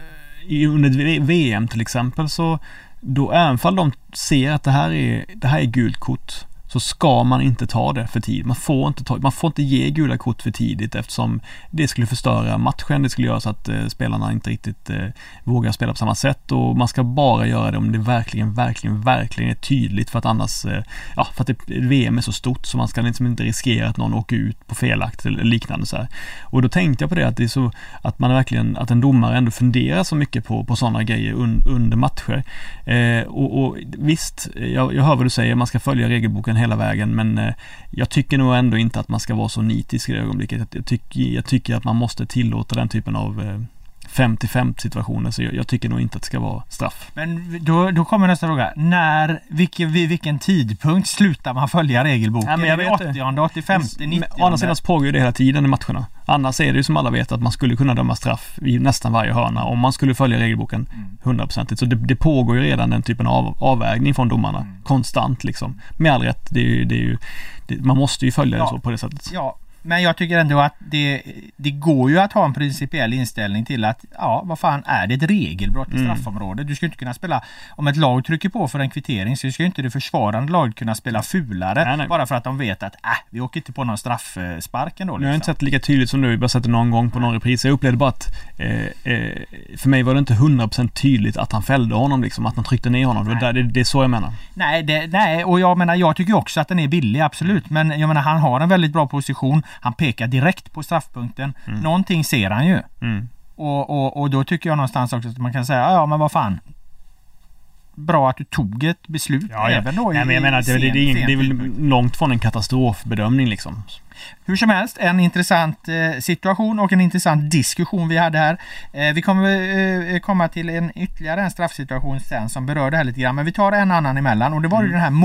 eh, under V M till exempel, så då även fall de ser att det här är, det här är gult kort, så ska man inte ta det för tid. Man får inte ta, man får inte ge gula kort för tidigt, eftersom det skulle förstöra matchen. Det skulle göra så att eh, spelarna inte riktigt eh, vågar spela på samma sätt, och man ska bara göra det om det verkligen, verkligen, verkligen är tydligt, för att annars, eh, ja, för att det, V M är så stort, så man ska liksom inte riskera att någon åker ut på felakt eller liknande så här. Och då tänkte jag på det, att det är så att man verkligen, att en domare ändå funderar så mycket på, på sådana grejer un, under matcher. Eh, och, och visst, jag, jag hör vad du säger, man ska följa regelboken hela vägen, men eh, jag tycker nog ändå inte att man ska vara så nitisk i det ögonblicket. Jag tycker, jag tycker att man måste tillåta den typen av eh, femtio femtio situationer, så jag, jag tycker nog inte att det ska vara straff. Men då, då kommer nästa fråga. När, vilken, vid vilken tidpunkt slutar man följa regelboken? Ja, men jag vet åttio, åttiofem, nittio? Å andra sidan pågår ju det hela tiden i matcherna. Annars är det ju som alla vet att man skulle kunna döma straff i nästan varje hörna om man skulle följa regelboken hundra procent. Så det, det pågår ju redan den typen av avvägning från domarna. Mm. Konstant liksom. Med all rätt. Det är ju, det är ju, det, man måste ju följa ja, det så på det sättet. Ja. Men jag tycker ändå att det, det går ju att ha en principiell inställning till att, ja, vad fan, är det ett regelbrott i straffområdet? Du ska inte kunna spela, om ett lag trycker på för en kvittering, så ska inte det försvarande laget kunna spela fulare, nej, nej. bara för att de vet att, äh, vi åker inte på någon straffsparken då. Liksom. Jag har inte sett lika tydligt som du, jag bara sett det någon gång på någon repris. Jag upplevde bara att eh, eh, för mig var det inte hundra procent tydligt att han fällde honom, liksom, att han tryckte ner honom. Det, det, det är så jag menar. Nej, det, nej, och jag menar, jag tycker också att den är billig, absolut. Men jag menar, han har en väldigt bra position. Han pekar direkt på straffpunkten. Mm. Någonting ser han ju. Mm. Och, och, och då tycker jag någonstans också att man kan säga, ja men vad fan, bra att du tog ett beslut, ja, ja. även då. Nej, men jag menar att det, det, det, är, det är väl långt från en katastrofbedömning liksom. Hur som helst, en intressant eh, situation och en intressant diskussion vi hade här. Eh, vi kommer eh, komma till en ytterligare en straffsituation sen som berör det här lite grann, men vi tar en annan emellan, och det var ju mm. den här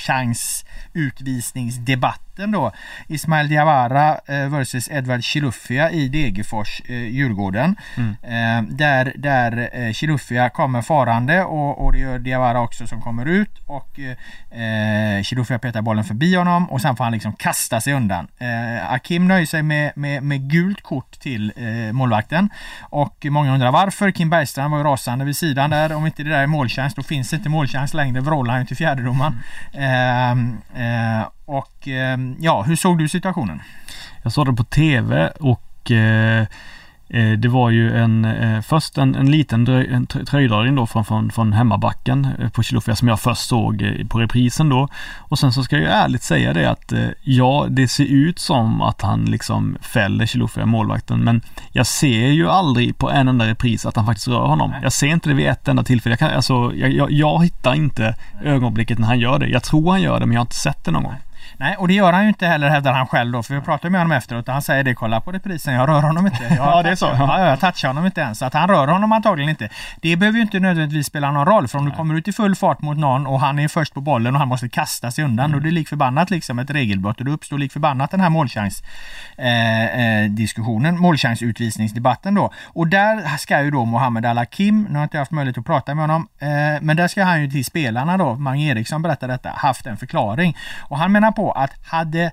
målchansutvisningsdebatten då. Ismail Diawara eh, versus Edward Chilufya i Degerfors, eh, Djurgården. Mm. Eh, där där eh, Chilufya kommer farande, och, och det gör Diawara också, som kommer ut, och eh, Chilufya petar bollen förbi honom, och sen får han liksom kasta sig undan. Eh, Akim nöjer sig med, med, med gult kort till eh, målvakten, och många undrar varför. Kim Bergstrand var ju rasande vid sidan där. Om inte det där är målchans, då finns det inte målchans längre. Vrålar han till fjärdedomaren. Mm. Eh, eh, och eh, ja, hur såg du situationen? Jag såg det på tv, och eh, det var ju en eh, först en, en liten dröj, en tröjdragning då från, från, från hemmabacken eh, på Chilufya, som jag först såg eh, på reprisen då. Och sen så ska jag ju ärligt säga det att eh, ja, det ser ut som att han liksom fäller Chilufya, målvakten, men jag ser ju aldrig på en enda repris att han faktiskt rör honom. Nej. Jag ser inte det vid ett enda tillfälle. Jag, kan, alltså, jag, jag, jag hittar inte ögonblicket när han gör det. Jag tror han gör det, men jag har inte sett det någon gång. Nej, och det gör han ju inte heller, hävdar han själv då, för vi pratade med honom efteråt och han säger det, kolla på reprisen, jag rör honom inte. Jag, ja, det är så. Ja, jag touchar honom inte ens, så att han rör honom antagligen inte. Det behöver ju inte nödvändigtvis spela någon roll, för om du kommer ut i full fart mot någon och han är först på bollen och han måste kasta sig undan, mm. och det är lik förbannat liksom ett regelbrott, och det uppstår lik förbannat den här målchans eh, eh, diskussionen, målchansutvisningsdebatten då. Och där ska ju då Mohamed Al-Hakim, nu har jag inte haft möjlighet att prata med honom, eh, men där ska han ju till spelarna då, Mange Eriksson berättar detta, haft en förklaring. Och han menar på att hade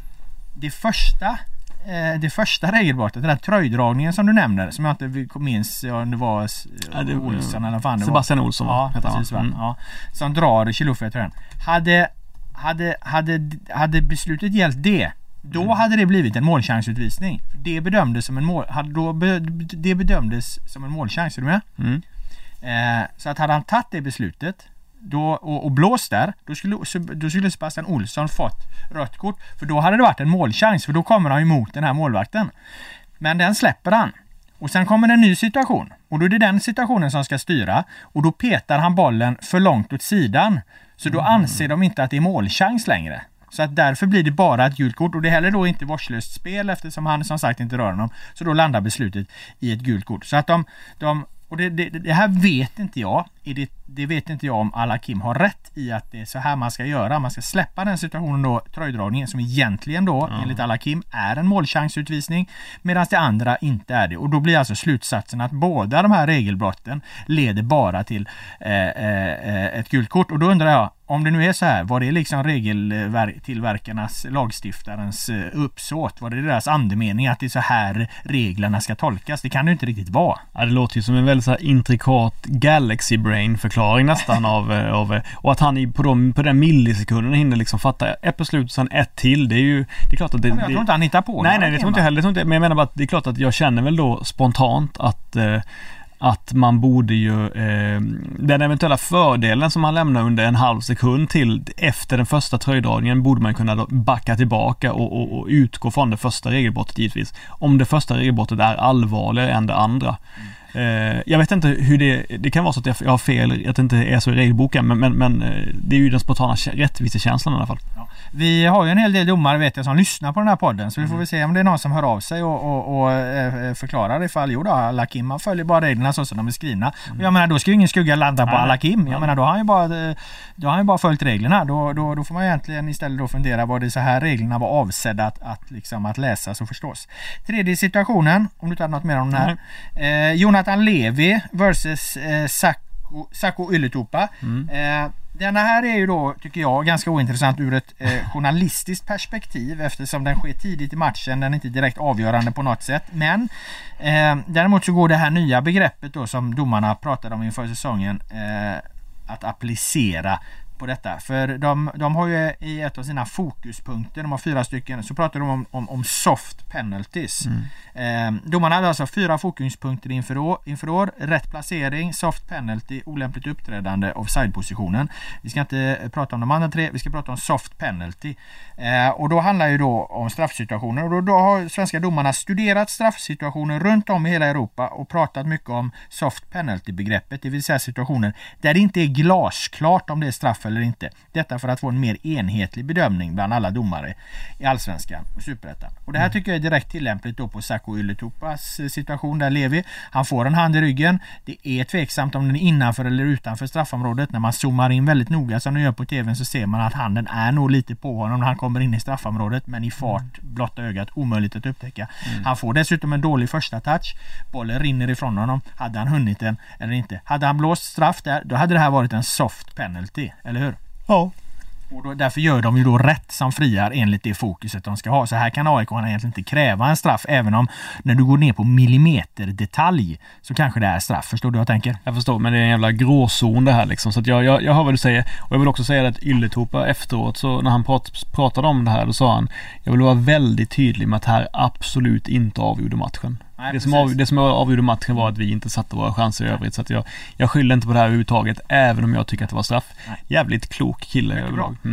det första eh, det första regelbrottet, den här tröjdragningen som du nämner, som jag inte minns om det var ja, det, Olsson eller fan det Sebastian var. Olsson ja, heter precis, han. Mm. Ja, som drar Chilufya tröjan. Hade, hade, hade, hade beslutet gällt det, då mm. hade det blivit en målchansutvisning. Det bedömdes som en mål, hade då be, det bedömdes som en målchans, är du med? Mm. Eh, så att hade han tagit det beslutet då, och, och blåst där, då skulle, då skulle Sebastian Olsson fått rött kort, för då hade det varit en målchans, för då kommer han emot den här målvakten. Men den släpper han. Och sen kommer en ny situation, och då är det den situationen som ska styra, och då petar han bollen för långt åt sidan, så då anser de inte att det är målchans längre. Så att därför blir det bara ett gult kort, och det är heller då inte vårdslöst spel eftersom han som sagt inte rör honom, så då landar beslutet i ett gult kort. Så att de, de och det, det, det här vet inte jag, det, det vet inte jag om Al-Hakim har rätt i att det är så här man ska göra. Man ska släppa den situationen då, tröjdragningen, som egentligen då mm. enligt Al-Hakim är en målchansutvisning, medan det andra inte är det. Och då blir alltså slutsatsen att båda de här regelbrotten leder bara till eh, eh, ett gult kort. Och då undrar jag, om det nu är så här, var det liksom regeltillverkarnas, lagstiftarens uppsåt? Var det deras andemening att det är så här reglerna ska tolkas? Det kan det ju inte riktigt vara. Ja, det låter ju som en väldigt så här intrikat Galaxy Brain-förklaring nästan av, av, och att han i, på, de, på den millisekunden hinner liksom fatta ett beslut och sen ett till. Det är ju, det är klart att det... Jag tror inte han hittar på. Nej, nej, det tror inte jag heller. Men jag menar bara att det är klart att jag känner väl då spontant att... Eh, att man borde ju eh, den eventuella fördelen som man lämnar under en halv sekund till efter den första tröjdragningen borde man kunna backa tillbaka och, och, och utgå från det första regelbrottet givetvis. Om det första regelbrottet är allvarligare än det andra. Mm. Eh, jag vet inte hur det, det kan vara så att jag har fel, att det inte är så i regelboken, men, men, men det är ju den spontana rättvisekänslan i alla fall. Ja. Vi har ju en hel del domare vet jag som lyssnar på den här podden, så vi får väl se om det är någon som hör av sig och, och, och eh, förklarar ifall jo då, Al-Hakim, man följer bara reglerna så som de är skrivna. Mm. Och jag menar, då ska ju ingen skugga landa på Al-Hakim. Jag menar, då har han ju bara, då har han ju bara följt reglerna. Då, då, då får man egentligen istället då fundera vad det är så här reglerna var avsedda att, att, liksom, att läsas och förstås. Tredje situationen, om du tar något mer om den här. Mm. Eh, Jonathan Levi versus eh, Sakko, Sakko Ylätupa. Mm. Eh, denna här är ju då, tycker jag, ganska ointressant ur ett eh, journalistiskt perspektiv, eftersom den sker tidigt i matchen. Den är inte direkt avgörande på något sätt. Men eh, däremot så går det här nya begreppet då som domarna pratade om inför säsongen eh, att applicera på detta. För de, de har ju i ett av sina fokuspunkter, de har fyra stycken, så pratar de om, om, om soft penalties. Mm. Eh, domarna hade alltså fyra fokuspunkter inför år, inför år. Rätt placering, soft penalty, olämpligt uppträdande, offside-positionen. Vi ska inte prata om de andra tre, vi ska prata om soft penalty. Eh, och då handlar ju då om straffsituationer. Och då, då har svenska domarna studerat straffsituationer runt om i hela Europa och pratat mycket om soft penalty-begreppet, det vill säga situationer där det inte är glasklart om det är straff eller inte. Detta för att få en mer enhetlig bedömning bland alla domare i Allsvenskan och Superettan. Och det här tycker jag är direkt tillämpligt då på Sakko Ylätupas situation där Levi, han får en hand i ryggen. Det är tveksamt om den är innanför eller utanför straffområdet. När man zoomar in väldigt noga som de gör på tvn så ser man att handen är nog lite på honom när han kommer in i straffområdet, men i fart, blotta ögat, omöjligt att upptäcka. Mm. Han får dessutom en dålig första touch. Bollen rinner ifrån honom. Hade han hunnit den eller inte? Hade han blåst straff där, då hade det här varit en soft penalty, eller hur? Ja. Och då, därför gör de ju då rätt som friar enligt det fokuset de ska ha. Så här kan A I K egentligen inte kräva en straff, även om när du går ner på millimeter detalj så kanske det är straff. Förstår du vad jag tänker? Jag förstår, men det är en jävla gråzon det här liksom. Så att jag, jag, jag hör vad du säger. Och jag vill också säga att Ylätupa efteråt, så när han prat, pratade om det här, då sa han, jag vill vara väldigt tydlig med att här absolut inte avgjorde matchen. Nej, det, som av, det som avgjorde matchen var att vi inte satte våra chanser i övrigt, så att jag, jag skyller inte på det här överhuvudtaget, även om jag tycker att det var straff. Nej. Jävligt klok kille överlag. Mm.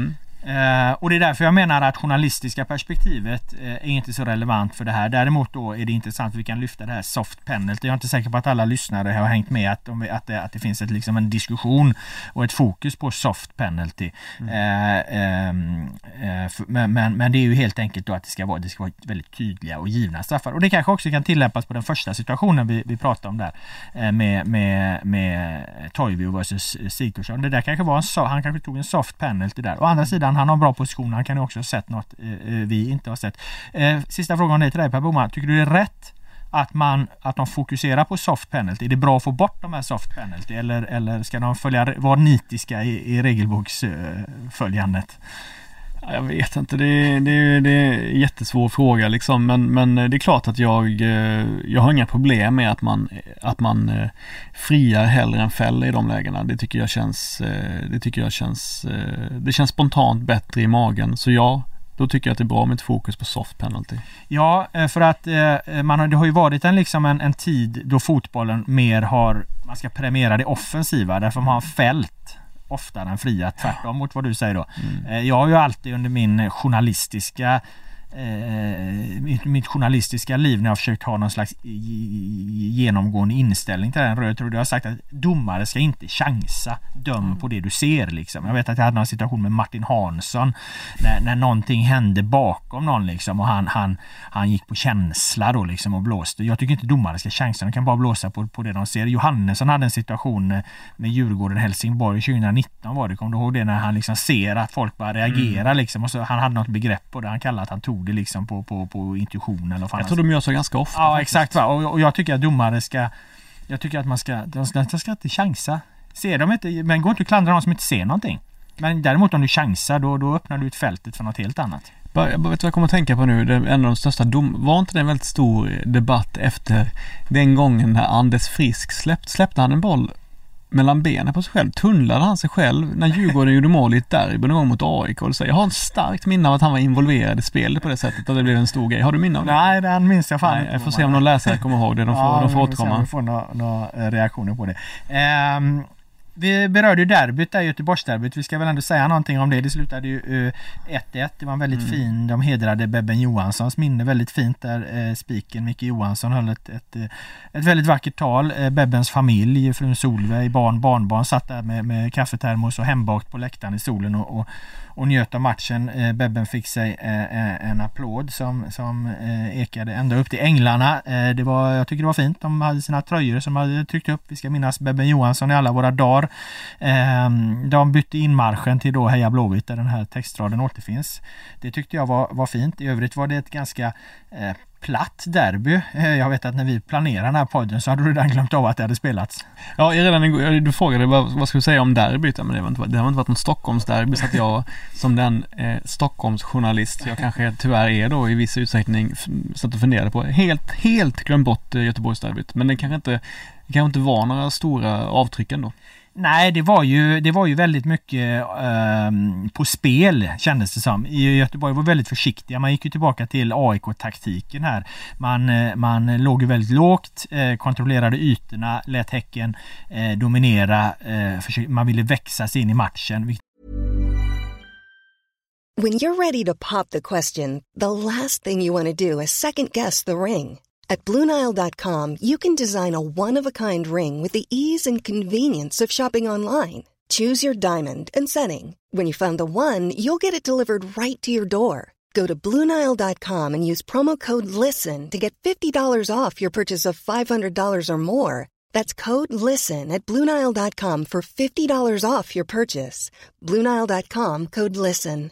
Eh, och det är därför jag menar att journalistiska perspektivet eh, är inte så relevant för det här. Däremot då är det intressant att vi kan lyfta det här soft penalty. Jag är inte säker på att alla lyssnare har hängt med att, de, att, det, att det finns ett, liksom en diskussion och ett fokus på soft penalty. Mm. Eh, eh, för, men, men, men det är ju helt enkelt då att det ska vara, det ska vara väldigt tydliga och givna straffar. Och det kanske också kan tillämpas på den första situationen vi, vi pratade om där eh, med, med, med Toivio versus Sigthorsson. Det där kanske var en so- han kanske tog en soft penalty där. Å andra sidan, han har bra position, han kan ju också ha sett något eh, vi inte har sett. Eh, sista frågan är till dig, Per Boman. Tycker du det är rätt att man att de fokuserar på soft penalty? Är det bra att få bort de här soft penalty eller, eller ska de följa, vara nitiska i, i regelboksföljandet? Ja, jag vet inte, det, det, det är en jättesvår fråga liksom, men, men det är klart att jag, jag har inga problem med att man, att man friar hellre än fäller i de lägena. Det tycker jag känns, det tycker jag känns, det känns spontant bättre i magen, så ja, då tycker jag att det är bra med ett fokus på soft penalty. Ja, för att man har, det har ju varit en, liksom en, en tid då fotbollen mer har, man ska premiera det offensiva, därför man har fält oftare än fria, tvärtom mot vad du säger då. Mm. Jag har ju alltid under min journalistiska eh, mitt, mitt journalistiska liv när jag har försökt ha någon slags genomgående inställning till den röda, jag har sagt att domare ska inte chansa, döm mm. på det du ser liksom. Jag vet att jag hade en situation med Martin Hansson när, när någonting hände bakom någon liksom, och han, han, han gick på känsla då liksom och blåste. Jag tycker inte domare ska chansa, de kan bara blåsa på, på det de ser. Johannesson hade en situation med Djurgården Helsingborg tjugonitton var det, kom du ihåg det, när han liksom ser att folk bara reagerar mm. liksom, och så han hade något begrepp på det, han kallade att han tog det liksom på, på, på intuition eller vad. Jag tror de gör så ganska ofta. Ja, faktiskt. exakt va? Och, och jag tycker att domare ska, jag tycker att man ska, de ska, de ska inte chansa. Ser de inte, men går inte att klandra någon som inte ser någonting. Men däremot om du chansar, då, då öppnar du ett fältet för något helt annat. Jag vet vad jag kommer att tänka på nu, det är en av de största dom, var inte det en väldigt stor debatt efter den gången när Anders Frisk släppt, släppte han en boll mellan benen på sig själv, tunnlade han sig själv när Djurgården gjorde mål i ett derby någon gång mot A I K. Jag har en starkt minne av att han var involverad i spelet på det sättet, att det blev en stor grej. Har du minne av det? Nej, den minns jag fan Nej, inte. Jag får se om någon läsare kommer ihåg det. De får, ja, de får återkomma. Vi får några, några reaktioner på det. Um, vi berörde ju derbyt där, Göteborgsderbyt. Vi ska väl ändå säga någonting om det. Det slutade ju ett ett. Det var en väldigt mm. fin, de hedrade Bebben Johanssons minne väldigt fint där. Spiken Micke Johansson höll ett, ett, ett väldigt vackert tal. Bebbens familj, frun Solveig, barn, barnbarn satt där med, med kaffetermos och hembakt på läktaren i solen och, och, och njöt av matchen. Bebben fick sig en applåd som, som ekade ända upp till änglarna. Det var, jag tycker det var fint. De hade sina tröjor som hade tryckt upp. Vi ska minnas Bebben Johansson i alla våra dagar. De bytte in marschen till då Heja Blåvitt där den här textraden återfinns. Det tyckte jag var, var fint. I övrigt var det ett ganska eh, platt derby. Jag vet att när vi planerade den här podden så hade du redan glömt av att det hade spelats. Ja, jag redan, du frågade vad, vad ska vi säga om derbyt, men det har inte, det har inte varit någon Stockholmsderby, så att jag som den eh, Stockholmsjournalist jag kanske tyvärr är då i viss utsträckning satt och funderade på, helt, helt glömt bort eh, Göteborgsderbyt, men det kanske inte, det kanske inte var några stora avtryck ändå. Nej, det var ju, det var ju väldigt mycket eh, på spel kändes det som. I Göteborg var väldigt försiktiga. Man gick ju tillbaka till A I K-taktiken här. Man, man låg ju väldigt lågt, eh, kontrollerade ytorna, lät Häcken eh, dominera. Eh, försöka, man ville växa sig in i matchen. When you're ready to pop the question, the last thing you want to do is second guess the ring. At Blue Nile dot com, you can design a one-of-a-kind ring with the ease and convenience of shopping online. Choose your diamond and setting. When you find the one, you'll get it delivered right to your door. Go to Blue Nile dot com and use promo code LISTEN to get fifty dollars off your purchase of five hundred dollars or more. That's code LISTEN at Blue Nile dot com for fifty dollars off your purchase. Blue Nile dot com, code LISTEN.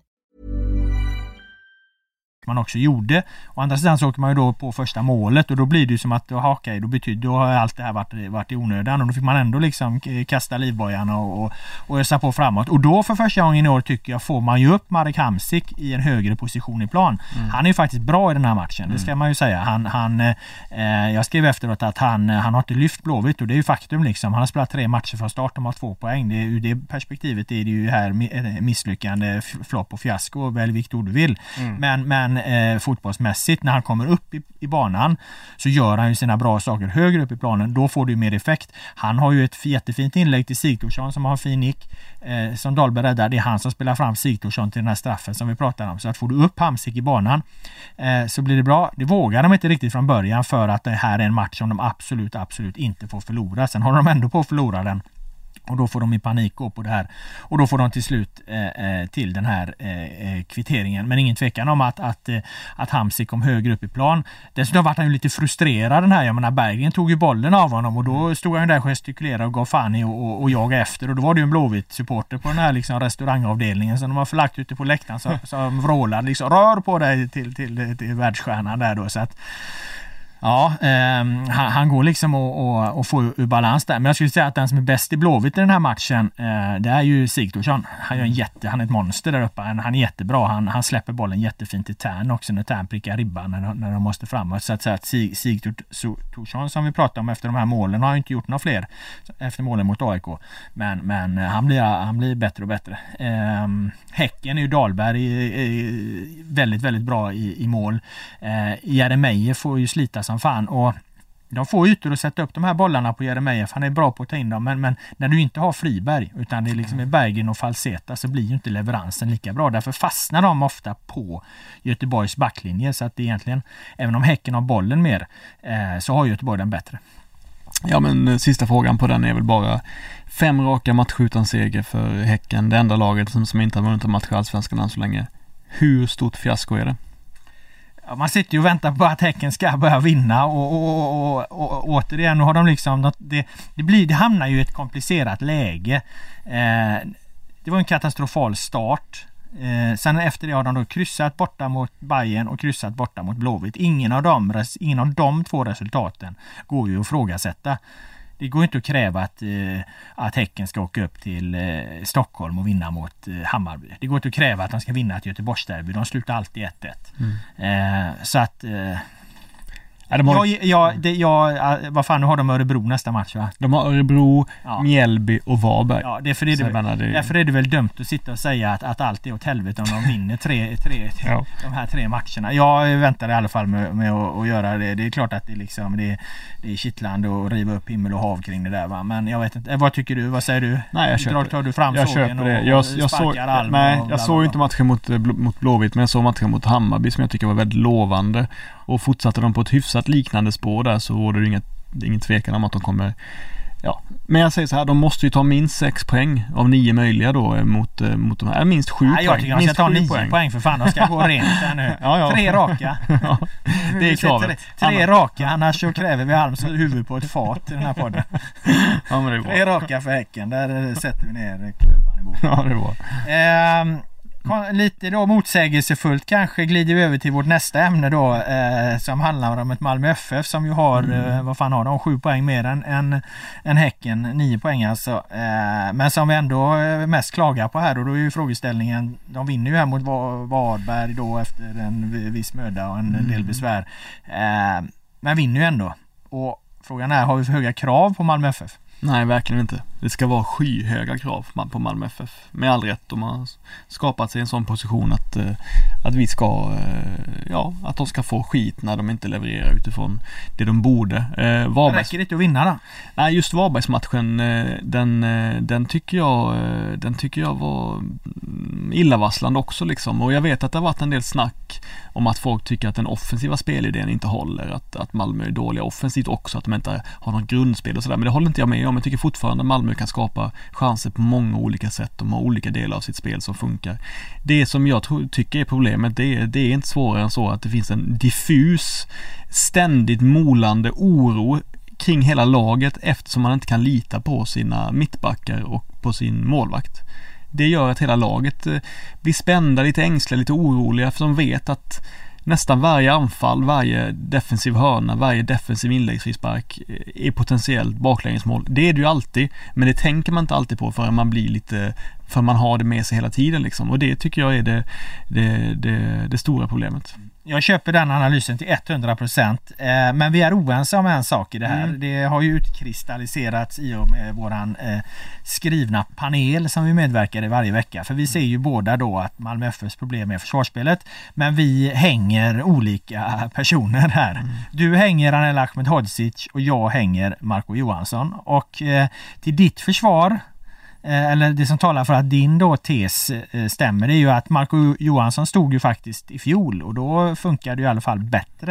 Man också gjorde. Å andra sidan så åker man ju då på första målet och då blir det ju som att då hakar då betyder då har allt det här varit, varit i onödan och då fick man ändå liksom kasta livbojarna och, och, och ösa på framåt. Och då för första gången i år tycker jag får man ju upp Marek Hamsik i en högre position i plan. Mm. Han är ju faktiskt bra i den här matchen, det ska mm. man ju säga. Han, han, eh, jag skrev efteråt att han, han har inte lyft Blåvitt och det är ju faktum liksom. Han har spelat tre matcher från start och har två poäng. Det är, ur det perspektivet är det ju här misslyckande, flopp och fiasko, välj vilket ord du vill. Mm. Men, men sen eh, fotbollsmässigt när han kommer upp i, i banan så gör han ju sina bra saker högre upp i planen. Då får du mer effekt. Han har ju ett jättefint inlägg till Sigthorsson som har en fin nick eh, som Dahlberg räddar. Det är han som spelar fram Sigthorsson till den här straffen som vi pratar om. Så att får du upp Hamsik i banan eh, så blir det bra. Det vågar de inte riktigt från början för att det här är en match som de absolut, absolut inte får förlora. Sen håller de ändå på att förlora den. Och då får de i panik gå på det här. Och då får de till slut eh, till den här eh, kvitteringen. Men ingen tvekan om att, att, eh, att Hamsik kom högre upp i plan. Dessutom var han ju lite frustrerad den här. Jag menar, Berggren tog ju bollen av honom och då stod han där och gestikulerade och gav fan i och, och, och jagade efter. Och då var det ju en Blåvitt supporter på den här liksom, restaurangavdelningen som de har förlagt ute på läktaren som, som vrålade liksom, rör på dig till, till, till, till världsstjärnan där då. Så att ja, eh, han, han går liksom och, och, och får ur balans där. Men jag skulle säga att den som är bäst i Blåvitt i den här matchen, eh, det är ju Sigthorsson. Han är en jätte, han är ett monster där uppe. Han, han är jättebra. Han, han släpper bollen jättefint till Tern också när Tern prickar ribban när, de, när de måste framåt. Så att säga att Sig, Sigthorsson som vi pratade om efter de här målen har ju inte gjort några fler efter målen mot A I K. Men, men han, blir, han blir bättre och bättre. Eh, Häcken är ju Dahlberg är, är väldigt, väldigt bra i, i mål. Eh, Jeremejeff får ju slita som fan och de får ytor att sätta upp de här bollarna på Jeremejeff. Han är bra på att ta in dem men, men när du inte har Friberg utan det är liksom Berggren och Falseta så blir ju inte leveransen lika bra. Därför fastnar de ofta på Göteborgs backlinje så att det egentligen, även om Häcken har bollen mer eh, så har Göteborg den bättre. Ja, men sista frågan på den är väl bara fem raka matcher utan seger för Häcken. Det enda laget som, som inte har vunnit en match i Allsvenskan än så länge. Hur stort fiasko är det? Ja, man sitter ju och väntar på att Häcken ska börja vinna och, och, och, och, och återigen har de liksom det, det, blir, det hamnar ju i ett komplicerat läge. Eh, det var en katastrofal start. Eh, sen efter det har de då kryssat borta mot Bayern och kryssat borta mot Blåvitt. Ingen av dem, ingen av de två resultaten går ju att ifrågasätta. Det går inte att kräva att, eh, att Häcken ska åka upp till eh, Stockholm och vinna mot eh, Hammarby. Det går inte att kräva att de ska vinna ett Göteborgsderby. De slutar alltid ett ett. Mm. Eh, så att... Eh, Ja, de har... jag, jag, det, jag, vad fan, nu har de Örebro nästa match, va? De har Örebro, ja. Mjällby och Varberg. Ja, därför är, det, menar, det... därför är det väl dumt att sitta och säga att, att allt är åt helvete om de vinner tre, tre, ja. de här tre matcherna. Jag väntar i alla fall med, med att, att göra det. Det är klart att det, liksom, det, det är kittlande att riva upp himmel och hav kring det där, va? Men jag vet inte, vad tycker du? Vad säger du? Nej, jag köper, tar du fram jag köper det. Och, jag, och jag såg, nej, jag såg ju inte matchen mot, mot Blåvitt, men jag såg matchen mot Hammarby som jag tycker var väldigt lovande. Och fortsatte de på ett hyfsat liknande spår där så råder det inget, ingen tvekan om att de kommer, ja, men jag säger så här, de måste ju ta minst sex poäng av nio möjliga då mot, mot de här, minst sju Nej, jag poäng. Jag tycker de ska ta nio poäng. poäng för fan, de ska gå rent här nu. Ja, ja. Tre raka. Ja, det är kravet. Tre, tre raka, annars så kräver vi Halms huvud på ett fat i den här podden. Ja, men det är bra. Tre raka för Häcken, där sätter vi ner klubban i boken. Ja, det är bra. Ehm, lite då motsägelsefullt kanske glider vi över till vårt nästa ämne då eh, som handlar om ett Malmö F F som ju har, mm. eh, vad fan har de, sju poäng mer än, än, än Häcken, nio poäng alltså, eh, men som vi ändå mest klagar på här och då är ju frågeställningen, de vinner ju här mot Varberg då efter en viss möda och en mm. del besvär, eh, men vinner ju ändå och frågan är, har vi för höga krav på Malmö F F? Nej, verkligen inte. Det ska vara skyhöga krav på Malmö F F. Med all rätt. De har skapat sig i en sån position att, att vi ska, ja, att de ska få skit när de inte levererar utifrån det de borde. Eh, Varbergs... Räcker det inte att vinna då? Nej, just Varbergsmatchen, den, den, tycker jag, den tycker jag var illavarslande också liksom. Och jag vet att det har varit en del snack om att folk tycker att den offensiva spelidén inte håller. Att, att Malmö är dåliga offensivt också. Att de inte har något grundspel och sådär. Men det håller inte jag med om. Jag tycker fortfarande att Malmö kan skapa chanser på många olika sätt. De har olika delar av sitt spel som funkar. Det som jag tror, tycker är problemet, det är, det är inte svårare än så att det finns en diffus, ständigt molande oro kring hela laget eftersom man inte kan lita på sina mittbackar och på sin målvakt. Det gör att hela laget blir spända, lite ängsliga, lite oroliga för de vet att nästan varje anfall, varje defensiv hörna, varje defensiv inläggsfrispark är potentiellt baklängesmål. Det är det ju alltid, men det tänker man inte alltid på förrän man blir lite för man har det med sig hela tiden liksom. Och det tycker jag är det, det, det, det stora problemet. Jag köper den analysen till hundra procent, eh, men vi är oense om en sak i det här. Mm. Det har ju utkristalliserats i och med våran eh, skrivna panel som vi medverkar i varje vecka. För vi ser ju båda då att Malmö F F:s problem är försvarsspelet, men vi hänger olika personer här. Mm. Du hänger Anel Ahmedhodzic och jag hänger Marco Johansson. Och eh, till ditt försvar, eller det som talar för att din då tes stämmer, det är ju att Marco Johansson stod ju faktiskt i fjol och då funkar det i alla fall bättre,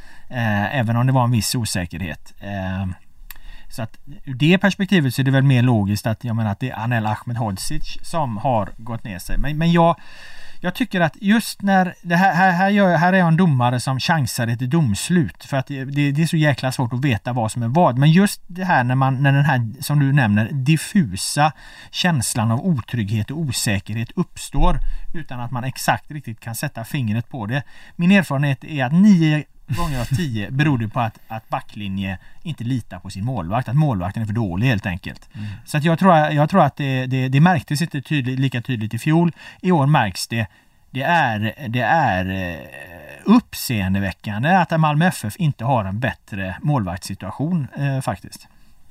eh, även om det var en viss osäkerhet. Eh, så att ur det perspektivet så är det väl mer logiskt att jag menar att det är Anel Ahmedhodzic som har gått ner sig. Men, men jag Jag tycker att just när det här, här, här, gör, här är jag en domare som chansar ett domslut för att det, det är så jäkla svårt att veta vad som är vad. Men just det här när man när den här, som du nämner, diffusa känslan av otrygghet och osäkerhet uppstår utan att man exakt riktigt kan sätta fingret på det. Min erfarenhet är att nio gånger av tio beror det på att, att backlinje inte litar på sin målvakt, att målvakten är för dålig helt enkelt. Mm. Så att jag tror, jag tror att det, det, det märktes inte tydligt, lika tydligt i fjol. I år märks det. Det är, det är uppseendeväckande att Malmö F F inte har en bättre målvaktssituation eh, faktiskt.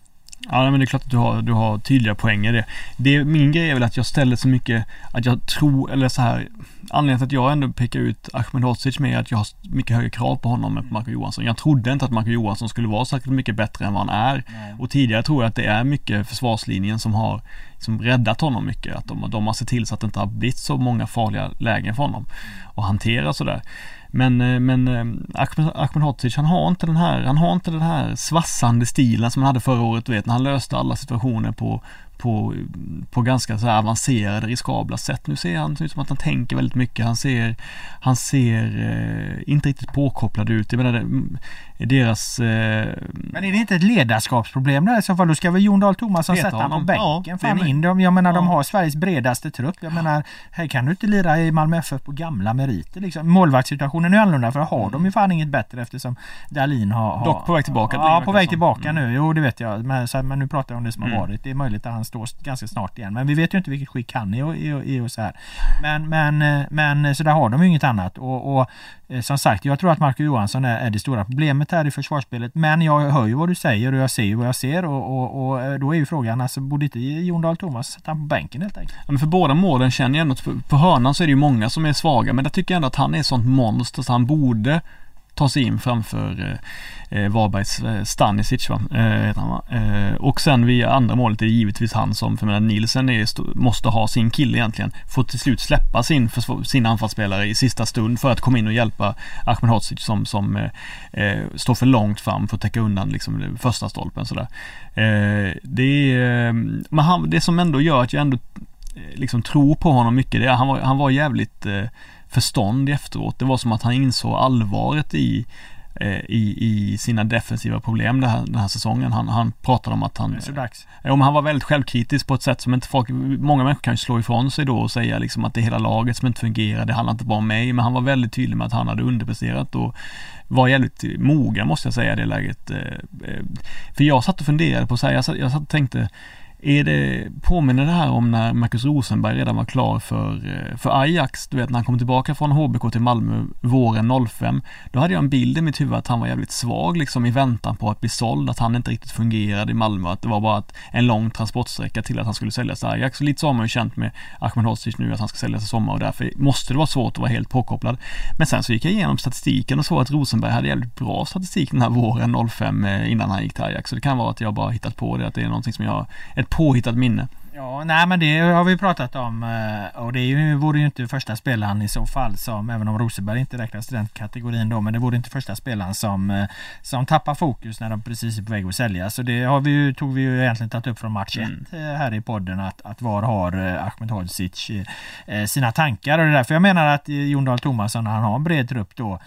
Ja, men det är klart att du har, du har tydliga poänger det. det. Min grej är väl att jag ställer så mycket att jag tror, eller så här, anledningen till att jag ändå pekar ut Ahmedhodzic med att jag har mycket högre krav på honom än på Marco Johansson. Jag trodde inte att Marco Johansson skulle vara säkert mycket bättre än vad han är. Nej. Och tidigare tror jag att det är mycket försvarslinjen som har som räddat honom mycket. Att de, de har sett till så att det inte har blivit så många farliga lägen för honom och hantera sådär. Men, men Ahmedhodzic, han har inte den här han har inte den här svassande stilen som han hade förra året, vet, när han löste alla situationer på på, på ganska så här avancerade, riskabla sätt. Nu ser han ut som att han tänker väldigt mycket. Han ser han ser eh, inte riktigt påkopplad ut. Jag menar, det, deras eh, men är det inte ett ledarskapsproblem där i så fall? Då ska väl Jon Dahl Tomasson sätta honom på bänken. Ja, fan men, in dem. Jag menar, ja. De har Sveriges bredaste trupp. Jag menar, här kan du inte lira i Malmö F F på gamla meriter. Liksom. Målvaktssituationen är annorlunda, för har de ju fan inget bättre eftersom Dahlin har... har Dock på väg tillbaka. Ja, på väg tillbaka mm. nu. Jo, det vet jag. Men, så, men nu pratar jag om det som har mm. varit. Det är möjligt att han står ganska snart igen. Men vi vet ju inte vilket skick han är i, i, i och så här. Men, men, men så där har de ju inget annat. Och, och som sagt, jag tror att Marco Johansson är, är det stora problemet här i försvarsspelet. Men jag hör ju vad du säger och jag ser ju vad jag ser. Och, och, och då är ju frågan, alltså, borde inte Jon Dahl Tomas sätta på bänken helt enkelt? Ja, men för båda målen känner jag ändå att på hörnan så är det ju många som är svaga. Men jag tycker ändå att han är ett sånt monster så han borde ta sig in framför eh, Varbergs eh, Stanisic va? Eh, han, va? Eh, och sen vid andra målet är det givetvis han som för mig Nielsen är, st- måste ha sin kille egentligen, får till slut släppa sin, försv- sin anfallsspelare i sista stund för att komma in och hjälpa Ahmedhodzic som, som eh, står för långt fram för att täcka undan liksom, första stolpen sådär. Eh, det, är, men han, det som ändå gör att jag ändå eh, liksom tror på honom mycket, det är, han, var, han var jävligt eh, förstånd efteråt. Det var som att han insåg allvaret i, eh, i, i sina defensiva problem den här, den här säsongen. Han, han pratade om att han... Det är så dags. Eh, han var väldigt självkritisk på ett sätt som inte folk... Många människor kan ju slå ifrån sig då och säga liksom att det är hela laget som inte fungerar. Det handlar inte bara om mig. Men han var väldigt tydlig med att han hade underpresterat och var jävligt mogen, måste jag säga, i det läget. Eh, eh, för jag satt och funderade på så här, jag satt, jag satt och tänkte... Är det, påminner det här om när Marcus Rosenberg redan var klar för, för Ajax, du vet, när han kom tillbaka från H B K till Malmö våren noll fem, då hade jag en bild i mitt huvud att han var jävligt svag liksom i väntan på att bli såld, att han inte riktigt fungerade i Malmö, att det var bara en lång transportsträcka till att han skulle säljas till Ajax. Och lite så har man ju känt med Ahmedhodzic nu, att han ska säljas i sommar och därför måste det vara svårt att vara helt påkopplad. Men sen så gick jag igenom statistiken och så att Rosenberg hade jävligt bra statistik den här våren noll fem innan han gick till Ajax, så det kan vara att jag bara hittat på det, att det är någonting som jag, ett påhittat minne. Ja, nej men det har vi pratat om och det är ju, vore ju inte första spelaren i så fall som, även om Rosenberg inte räknas till den kategorin då, men det vore inte första spelaren som, som tappar fokus när de precis är på väg att sälja. Så det har vi ju, tog vi ju egentligen tagit upp från match ett mm. här i podden, att, att var har Ahmedhodzic sina tankar, och det är därför jag menar att Jon Dahl Tomasson, han har en bred trupp då,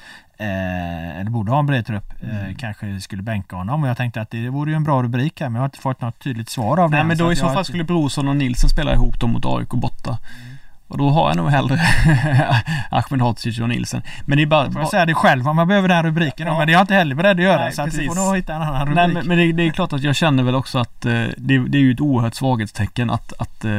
Eh, eller borde ha en bred trupp, eh, mm. kanske skulle bänka honom, och jag tänkte att det vore ju en bra rubrik här, men jag har inte fått något tydligt svar av det. Nej, men då så i så fall skulle Brorsson och Nilsson spela ihop dem mot A I K borta. Mm. Och då har jag nog hellre Ahmedhodzic och Nilsson. Men det är bara... Får jag säga det själv om man behöver den här rubriken, ja. Men det är jag inte heller beredd att göra. Nej, så att vi får nog hitta en annan rubrik. Nej, men, men det, det är klart att jag känner väl också att eh, det, det är ju ett oerhört svaghetstecken att, att, eh,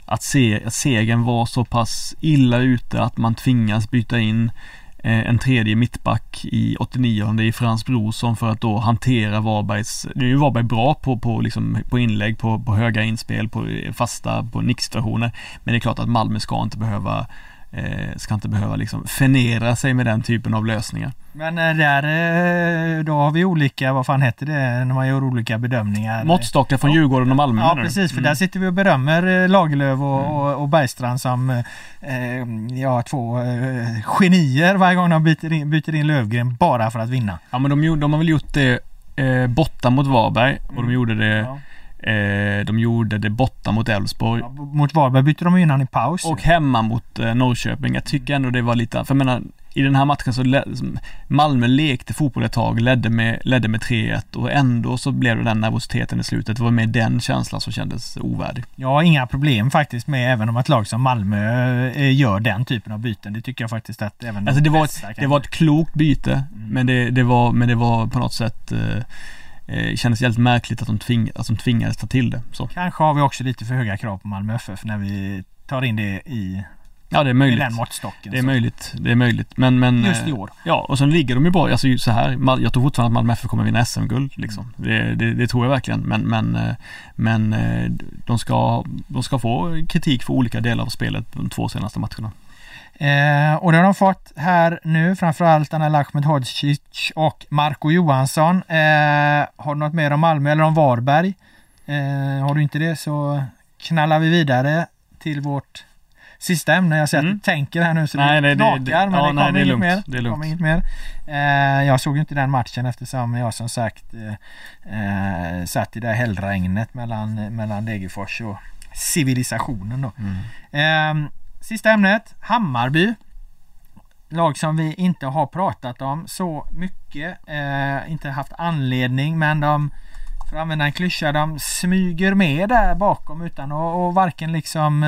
att, se, att segern var så pass illa ute att man tvingas byta in en tredje mittback i åttionionde i Frans Brorsson för att då hantera Varbergs. Nu är ju Varberg bra på, på, liksom, på inlägg, på, på höga inspel, på fasta, på nicksituationer, men det är klart att Malmö ska inte behöva eh, ska inte behöva liksom förnedra sig med den typen av lösningar. Men där, då har vi olika, vad fan heter det när man gör olika bedömningar? Måttstockar från Djurgården och Malmö. Ja, precis, för mm. där sitter vi och berömmer Lagerlöf och, mm. och, och Bergstrand som eh, ja, två eh, genier varje gång de byter in, byter in Lövgren bara för att vinna. Ja, men de, de har väl gjort det eh, borta mot Varberg och mm. de gjorde det ja. Eh, de gjorde det borta mot Elfsborg. Ja, mot Varberg bytte de innan i paus. Och hemma mot eh, Norrköping. Jag tycker ändå det var lite, för jag menar, i den här matchen så le- Malmö lekte fotboll ett tag, ledde med, ledde med tre ett och ändå så blev det den nervositeten i slutet. Det var med den känslan som kändes ovärdig. Ja, inga problem faktiskt med även om ett lag som Malmö eh, gör den typen av byten. Det tycker jag faktiskt att även alltså det, var ett, det var ett klokt byte, mm. men, det, det var, men det var på något sätt eh, Det kändes helt märkligt att de, tving, att de tvingades ta till det. Så. Kanske har vi också lite för höga krav på Malmö F F när vi tar in det i, ja, det är möjligt. i den måttstocken. Det är så. möjligt. Det är möjligt. Men, men, just i år. Ja, och sen ligger de ju bra. Alltså, så här, jag tror fortfarande att Malmö F F kommer vinna S M-guld. Liksom. Mm. Det, det, det tror jag verkligen. Men, men, men de, ska, de ska få kritik för olika delar av spelet de två senaste matcherna. Eh, och det har de fått här nu, framförallt Anna Ahmed Hodzic och Marco Johansson. Eh, har du något mer om Malmö eller om Varberg? Eh, har du inte det så knallar vi vidare till vårt sista ämne. Jag ser mm. att du tänker här nu så nej, det knakar, det, det, men ja, det kommer inget mer. Det kommer inget mer. Eh, jag såg inte den matchen eftersom jag som sagt eh, satt i det här hällregnet mellan, mellan Degerfors och civilisationen då. Mm. Eh, Sista ämnet, Hammarby. Lag som vi inte har pratat om så mycket. Eh, inte haft anledning, men de, för att använda en klyscha, de smyger med där bakom utan att och varken liksom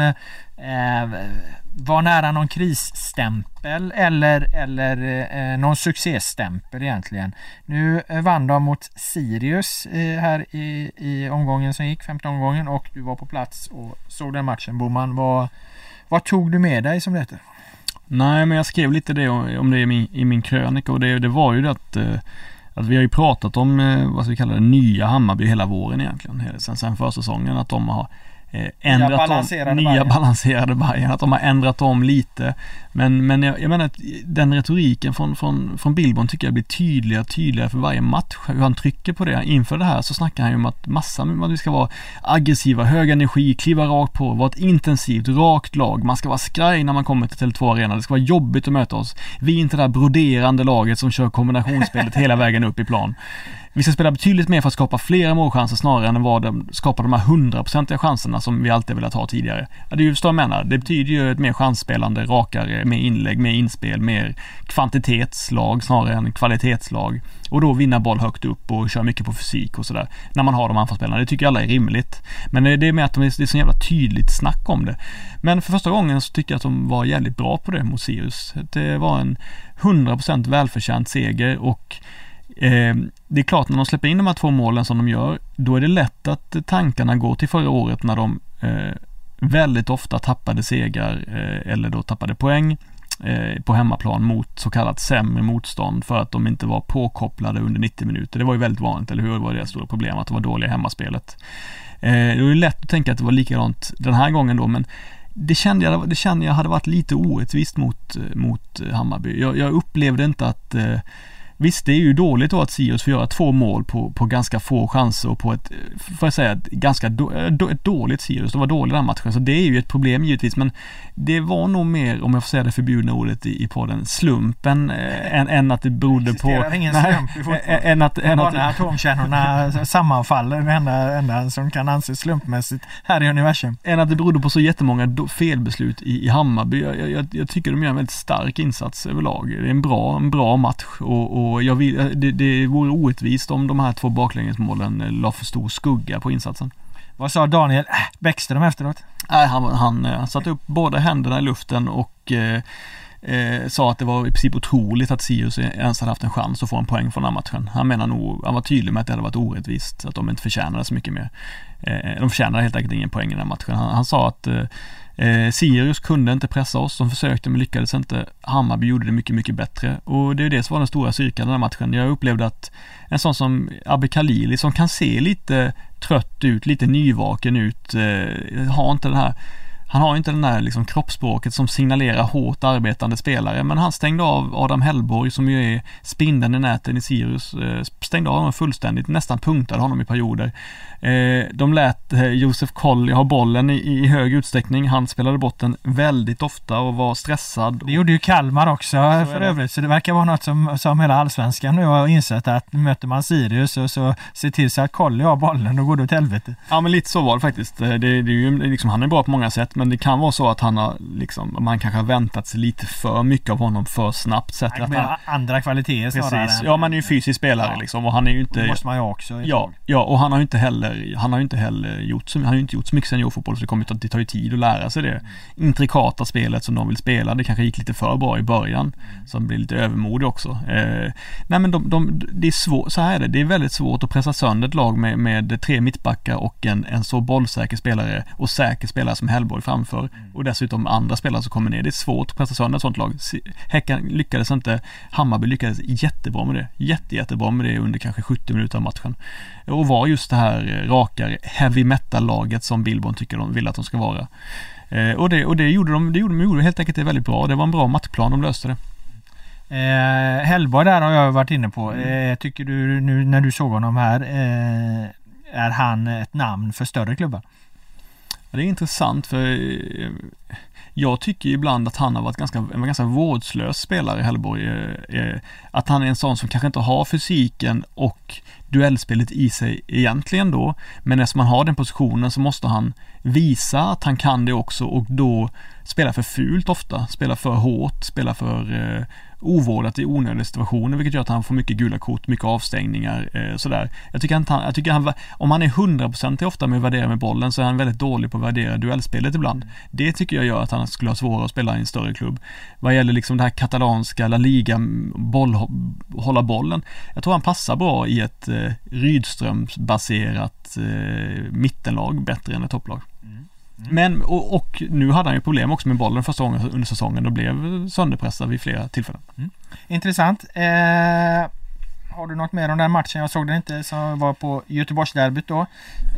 eh, vara nära någon krisstämpel eller, eller eh, någon succéstämpel egentligen. Nu eh, vann de mot Sirius eh, här i, i omgången som gick, femte omgången, och du var på plats och såg den matchen, Boman. Vad Vad tog du med dig som det heter? Nej, men jag skrev lite det om det i min, i min krönika och det, det var ju det att, att vi har ju pratat om vad ska vi kalla det, nya Hammarby hela våren egentligen, sen, sen försäsongen, att de har eh, ändrat nya balanserade om nya Bayern. balanserade Bayern, att de har ändrat om lite, men, men jag, jag menar att den retoriken från, från, från Billborn tycker jag blir tydligare och tydligare för varje match, hur han trycker på det. Inför det här så snackar han ju om att massa att vi ska vara aggressiva, hög energi, kliva rakt på, vara ett intensivt, rakt lag, man ska vara skraj när man kommer till Tele två Arena, det ska vara jobbigt att möta oss, vi är inte det där broderande laget som kör kombinationsspelet hela vägen upp i plan. Vi ska spela betydligt mer för att skapa flera målchanser snarare än vad de skapar de här hundraprocentiga chanserna som vi alltid velat ha tidigare. Ja, det är ju så jag menar. Det betyder ju ett mer chansspelande, rakare, mer inlägg, mer inspel, mer kvantitetslag snarare än kvalitetslag. Och då vinna boll högt upp och köra mycket på fysik och sådär. När man har de anfallsspelarna. Det tycker alla är rimligt. Men det är med att det är så jävla tydligt snack om det. Men för första gången så tycker jag att de var jävligt bra på det mot Sirius. Det var en hundra procent välförtjänt seger och Eh, det är klart, när de släpper in de här två målen som de gör, då är det lätt att tankarna går till förra året när de eh, väldigt ofta tappade segrar eh, eller då tappade poäng eh, på hemmaplan mot så kallat sämre motstånd för att de inte var påkopplade under nittio minuter. Det var ju väldigt vanligt, eller hur? Det var det stora problemet, att det var dåliga hemmaspelet. Eh, det är ju lätt att tänka att det var likadant den här gången då, men det kände jag, det kände jag hade varit lite orättvist mot, mot Hammarby. Jag, jag upplevde inte att eh, visst, det är ju dåligt då att Sirius får göra två mål på, på ganska få chanser och på ett, får jag säga, ett ganska då, ett dåligt Sirius. Det var dåligt den matchen, så det är ju ett problem givetvis, men det var nog mer, om jag får säga det förbjudna ordet i, i podden, slumpen äh, än, än att det berodde på... Det ingen nej, slump i än att, än att, när atomkärnorna sammanfaller, det enda, enda som kan anses slumpmässigt här i universum. Än att det berodde på så jättemånga do, felbeslut i, i Hammarby. Jag, jag, jag tycker de gör en väldigt stark insats överlag. Det är en bra, en bra match och, och Och jag vill, det, det vore orättvist om de här två baklängesmålen la för stor skugga på insatsen. Vad sa Daniel Bäckström efteråt? Nej, han, han, han satte upp båda händerna i luften och eh, eh, sa att det var i princip otroligt att Sirius ens hade haft en chans att få en poäng från den här matchen. Han menar nog, han var tydlig med att det hade varit orättvist, att de inte förtjänade så mycket mer. Eh, de förtjänade helt enkelt ingen poäng i den här matchen. Han, han sa att eh, Sirius kunde inte pressa oss, de försökte men lyckades inte. Hammarby gjorde det mycket, mycket bättre, och det är det som var den stora styrkan i den här matchen. Jag upplevde att en sån som Abbe Khalili, som kan se lite trött ut, lite nyvaken ut, eh, har inte den här Han har inte den där liksom kroppsspråket som signalerar hårt arbetande spelare, men han stängde av Adam Hellborg, som ju är spindeln i näten i Sirius, stängde av honom fullständigt, nästan punktade honom i perioder. De lät Josef Colley ha bollen i, i hög utsträckning. Han spelade bort den väldigt ofta och var stressad. Det gjorde ju Kalmar också för övrigt, så det verkar vara något som, som hela allsvenskan nu har insett, att möter man Sirius och så ser till så att Colley har bollen, då går det åt helvete. Ja, men lite så var det faktiskt. Det, det är ju liksom, han är bra på många sätt, men det kan vara så att han har liksom, man kanske har väntat sig lite för mycket av honom för snabbt sett att han, andra kvaliteter snarare. Precis. Ja, man är ju fysisk spelare ja. liksom, och han är ju inte, det måste man ju också. Ja, ja, och han har ju inte heller han har ju inte heller gjort så, han har ju inte gjort så mycket seniorfotboll, så det kommer att det tar ju tid att lära sig det mm. intrikata spelet som de vill spela. Det kanske gick lite för bra i början, mm. så blir lite övermodig också. Eh, nej men de, de, det är svårt, så här är det. Det är väldigt svårt att pressa sönder ett lag med, med tre mittbackar och en, en så bollsäker spelare och säker spelare som Hellborg framför. Mm. Och dessutom andra spelare som kommer ner. Det är svårt att pressa sönder ett sånt lag. Häcken lyckades inte. Hammarby lyckades jättebra med det. Jätte, jättebra med det under kanske sjuttio minuter av matchen. Och var just det här rakare heavy metal-laget som Billborn tycker de vill att de ska vara. Eh, och det, och det gjorde de, det gjorde de gjorde helt enkelt det väldigt bra. Det var en bra matchplan, de löste det. Eh, Hellborg där har jag varit inne på. Mm. Eh, tycker du nu när du såg honom här, eh, är han ett namn för större klubbar? Det är intressant, för jag tycker ibland att han har varit ganska, en ganska vårdslös spelare, Hellborg. Att han är en sån som kanske inte har fysiken och duellspelet i sig egentligen då, men eftersom man har den positionen så måste han visa att han kan det också, och då spela för fult ofta, spela för hårt, spela för eh, ovårdat i onödiga situationer, vilket gör att han får mycket gula kort, mycket avstängningar, eh, sådär. Jag tycker, han, jag tycker han, om han är hundra procent ofta med att värdera med bollen, så är han väldigt dålig på att värdera duellspelet ibland. Det tycker jag gör att han skulle ha svårare att spela i en större klubb. Vad gäller liksom det här katalanska La Liga boll, hålla bollen, jag tror han passar bra i ett eh, Rydströmsbaserat eh, mittenlag bättre än ett topplag. Mm. Mm. Men, och, och nu hade han ju problem också med bollen första gången under säsongen och blev sönderpressad vid flera tillfällen. Mm. Intressant. Eh, har du något mer om den matchen? Jag såg den inte, som var på Göteborgsderbyt då.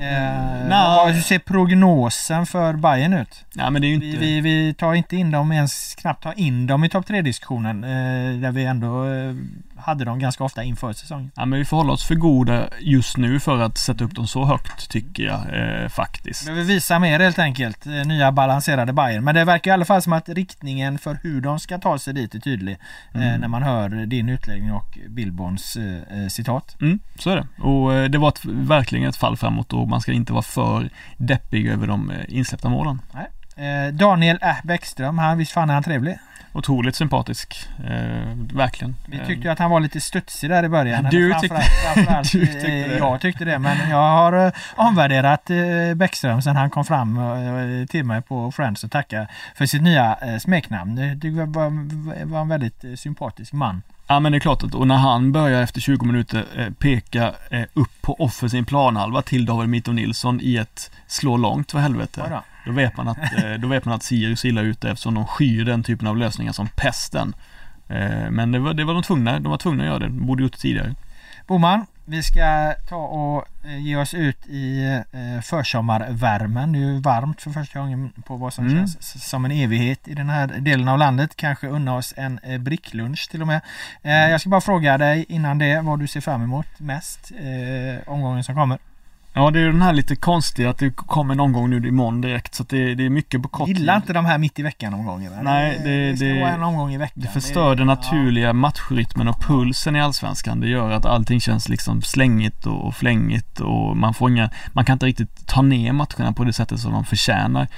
Eh, vad, hur ser prognosen för Bayern ut? Nej, men det är ju inte... vi, vi, vi tar inte in dem, ens knappt tar in dem i topp tre-diskussionen, eh, där vi ändå eh, hade dem ganska ofta inför säsongen. Ja, men vi får hålla oss för goda just nu för att sätta upp dem så högt, tycker jag eh, faktiskt. Vi vill visa mer helt enkelt, eh, nya balanserade Bayern. Men det verkar i alla fall som att riktningen för hur de ska ta sig dit är tydlig, mm. eh, när man hör din utläggning och Billborns eh, citat. Mm, så är det. Och eh, det var ett, verkligen ett fall framåt, och man ska inte vara för deppig över de eh, insläppta målen. Nej. Eh, Daniel Äh Bäckström, han, visst fan är han trevlig? Otroligt sympatisk, eh, verkligen. Vi tyckte ju att han var lite studsig där i början. Du tyckte, framförallt, du tyckte det. Jag tyckte det, men jag har eh, omvärderat eh, Bäckström sen han kom fram eh, till mig på Friends och tacka för sitt nya eh, smeknamn. Det var, var en väldigt eh, sympatisk man. Ja, men det är klart att, och när han börjar efter tjugo minuter eh, peka eh, upp på offensiv planhalva till David Mitov Nilsson i ett slå långt för helvete. Ja, då vet man att eh, då vet man att Sirius illa ute, eftersom de skyr den typen av lösningar som pesten. Eh, men det var, det var de tvungna, de var tvungna att göra det. De borde gjort det tidigare. Boman, vi ska ta och ge oss ut i eh, försommarvärmen. Det är ju varmt för första gången på vad som mm. känns som en evighet i den här delen av landet. Kanske unna oss en eh, bricklunch till och med. Eh, jag ska bara fråga dig innan det vad du ser fram emot mest eh, omgången som kommer. Ja, det är ju den här lite konstiga att det kommer en omgång nu imorgon direkt, så att det, det är mycket på kort. Gillar inte de här mitt i veckan omgångarna. Nej, det, det ska det, vara en omgång i veckan. Det förstör den naturliga ja. matchrytmen och pulsen i allsvenskan. Det gör att allting känns liksom slängigt och flängigt, och man får inga, man kan inte riktigt ta ner matcherna på det sättet som de förtjänar.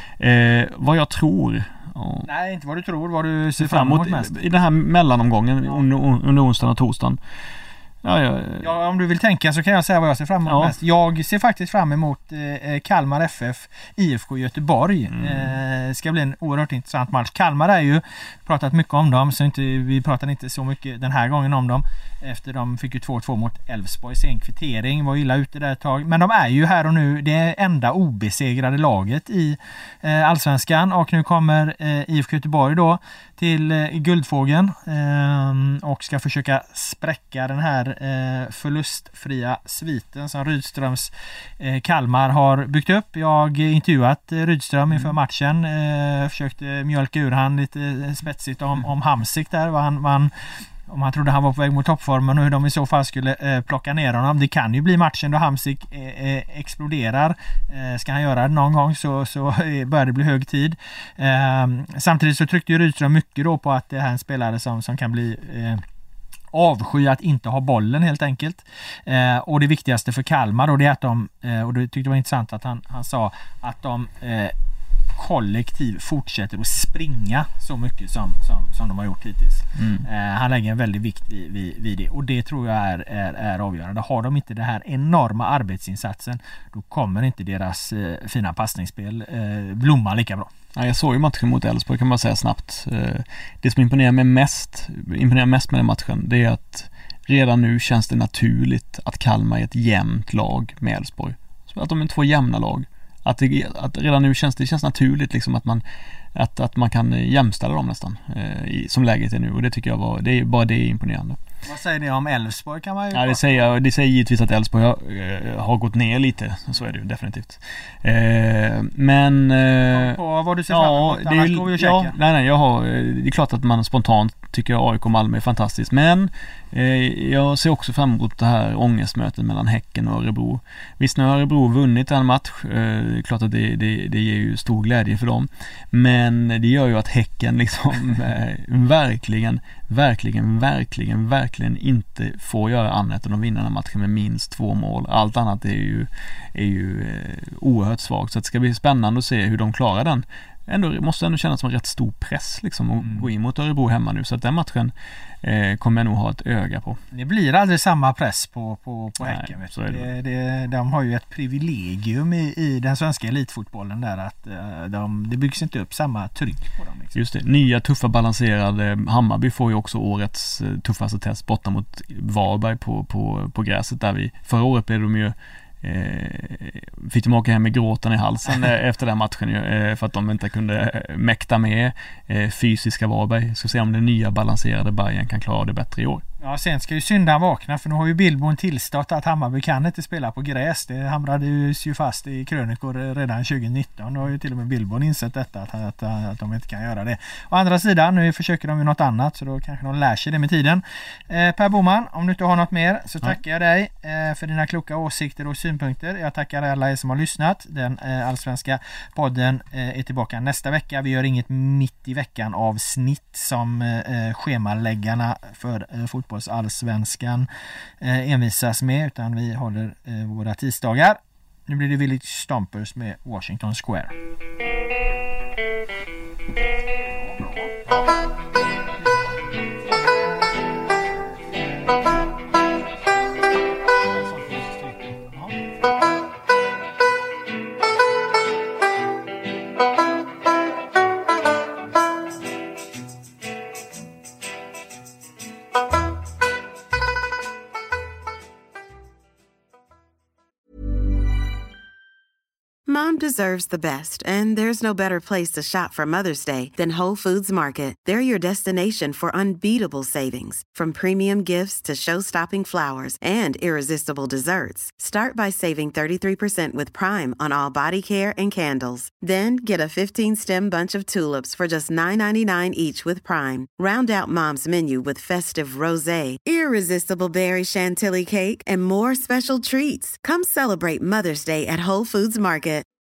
Eh, vad jag tror... Och nej, inte vad du tror, vad du ser fram emot mest. I, i den här mellanomgången ja. under, under onsdagen och torsdagen. Ja, ja, ja, om du vill tänka så kan jag säga vad jag ser fram emot ja. mest. Jag ser faktiskt fram emot eh, Kalmar F F I F K Göteborg. Mm. Eh, ska bli en oerhört intressant match. Kalmar är ju pratat mycket om dem, så inte, vi pratar inte så mycket den här gången om dem. Efter de fick ju två två mot Elfsborg, sen kvittering, var illa ute där ett tag. Men de är ju här och nu det enda obesegrade laget i eh, Allsvenskan, och nu kommer eh, I F K Göteborg då till eh, Guldfågeln eh, och ska försöka spräcka den här eh, förlustfria sviten som Rydströms eh, Kalmar har byggt upp. Jag har intervjuat eh, Rydström inför matchen, eh, försökte mjölka ur han lite spetsigt om, om Hamsik där, vad han, vad han om han trodde han var på väg mot toppformen och hur de i så fall skulle eh, plocka ner honom. Det kan ju bli matchen då Hamsik eh, eh, exploderar. Eh, ska han göra det någon gång så, så eh, börjar det bli hög tid. Eh, samtidigt så tryckte ju Rydström mycket då på att det här är en spelare som, som kan bli eh, avsky att inte ha bollen helt enkelt. Eh, och det viktigaste för Kalmar då det är att de, eh, och det tyckte jag var intressant att han, han sa att de eh, kollektiv fortsätter att springa så mycket som, som, som de har gjort hittills. Mm. Eh, han lägger en väldigt vikt vid, vid, vid det, och det tror jag är, är, är avgörande. Har de inte det här enorma arbetsinsatsen, då kommer inte deras eh, fina passningsspel eh, blomma lika bra. Ja, jag såg ju matchen mot Elfsborg, kan man säga snabbt. Eh, det som imponerar mig mest, imponerar mest med den matchen, det är att redan nu känns det naturligt att Kalmar är ett jämnt lag med Elfsborg. Att de är två jämna lag. Att, det, att redan nu känns det känns naturligt liksom att man att, att man kan jämställa dem nästan eh, i, som läget är nu, och det tycker jag var det är bara det är imponerande. Vad säger ni om Elfsborg? Kan man ju ja, det säger det säger givetvis att Elfsborg har, eh, har gått ner lite, så är det ju definitivt. Eh, men eh, på vad du ser fram emot, ja, det är, går vi och ja, nej nej, jag har det är klart att man spontant tycker A I K och Malmö är fantastiskt, men eh, jag ser också fram emot det här ångestmötet mellan Häcken och Örebro. Visst, nu har Örebro vunnit en match, eh, det är klart att det, det, det ger ju stor glädje för dem, men det gör ju att Häcken liksom eh, verkligen, verkligen, verkligen, verkligen inte får göra annat än att vinna den här matchen med minst två mål. Allt annat är ju, är ju eh, oerhört svagt, så det ska bli spännande att se hur de klarar den. Ändå, måste ändå kännas som en rätt stor press liksom, att mm. gå in mot Örebro hemma nu, så att den matchen eh, kommer jag nog ha ett öga på. Det blir aldrig samma press på, på, på Häcken. Nej, vet så är det. Det, det, de har ju ett privilegium i, i den svenska elitfotbollen där, att uh, de, det byggs inte upp samma tryck på dem. Liksom. Just det, nya tuffa balanserade Hammarby får ju också årets uh, tuffaste test borta mot Varberg på, på, på gräset där vi, förra året blev de ju Eh, fick de åka hem med gråten i halsen eh, efter den matchen eh, för att de inte kunde mäkta med eh, fysiska Varberg. Så se om den nya balanserade Bayern kan klara det bättre i år. Ja, sen ska ju syndan vakna, för nu har ju Billborn tillstått att Hammarby kan inte spela på gräs. Det hamrade ju fast i krönikor redan tjugonitton. Då har ju till och med Billborn insett detta, att, att, att de inte kan göra det. Å andra sidan, nu försöker de ju något annat, så då kanske de lär sig det med tiden. Eh, Per Boman, om du inte har något mer så tackar jag dig eh, för dina kloka åsikter och synpunkter. Jag tackar alla er som har lyssnat. Den eh, allsvenska podden eh, är tillbaka nästa vecka. Vi gör inget mitt i veckan avsnitt som eh, schemaläggarna för eh, fotbollsallsvenskan eh, envisas med, utan vi håller eh, våra tisdagar. Nu blir det Village Stompers med Washington Square. Mom deserves the best, and there's no better place to shop for Mother's Day than Whole Foods Market. They're your destination for unbeatable savings, from premium gifts to show-stopping flowers and irresistible desserts. Start by saving thirty-three percent with Prime on all body care and candles. Then get a fifteen-stem bunch of tulips for just nine ninety-nine each with Prime. Round out Mom's menu with festive rosé, irresistible berry chantilly cake, and more special treats. Come celebrate Mother's Day at Whole Foods Market.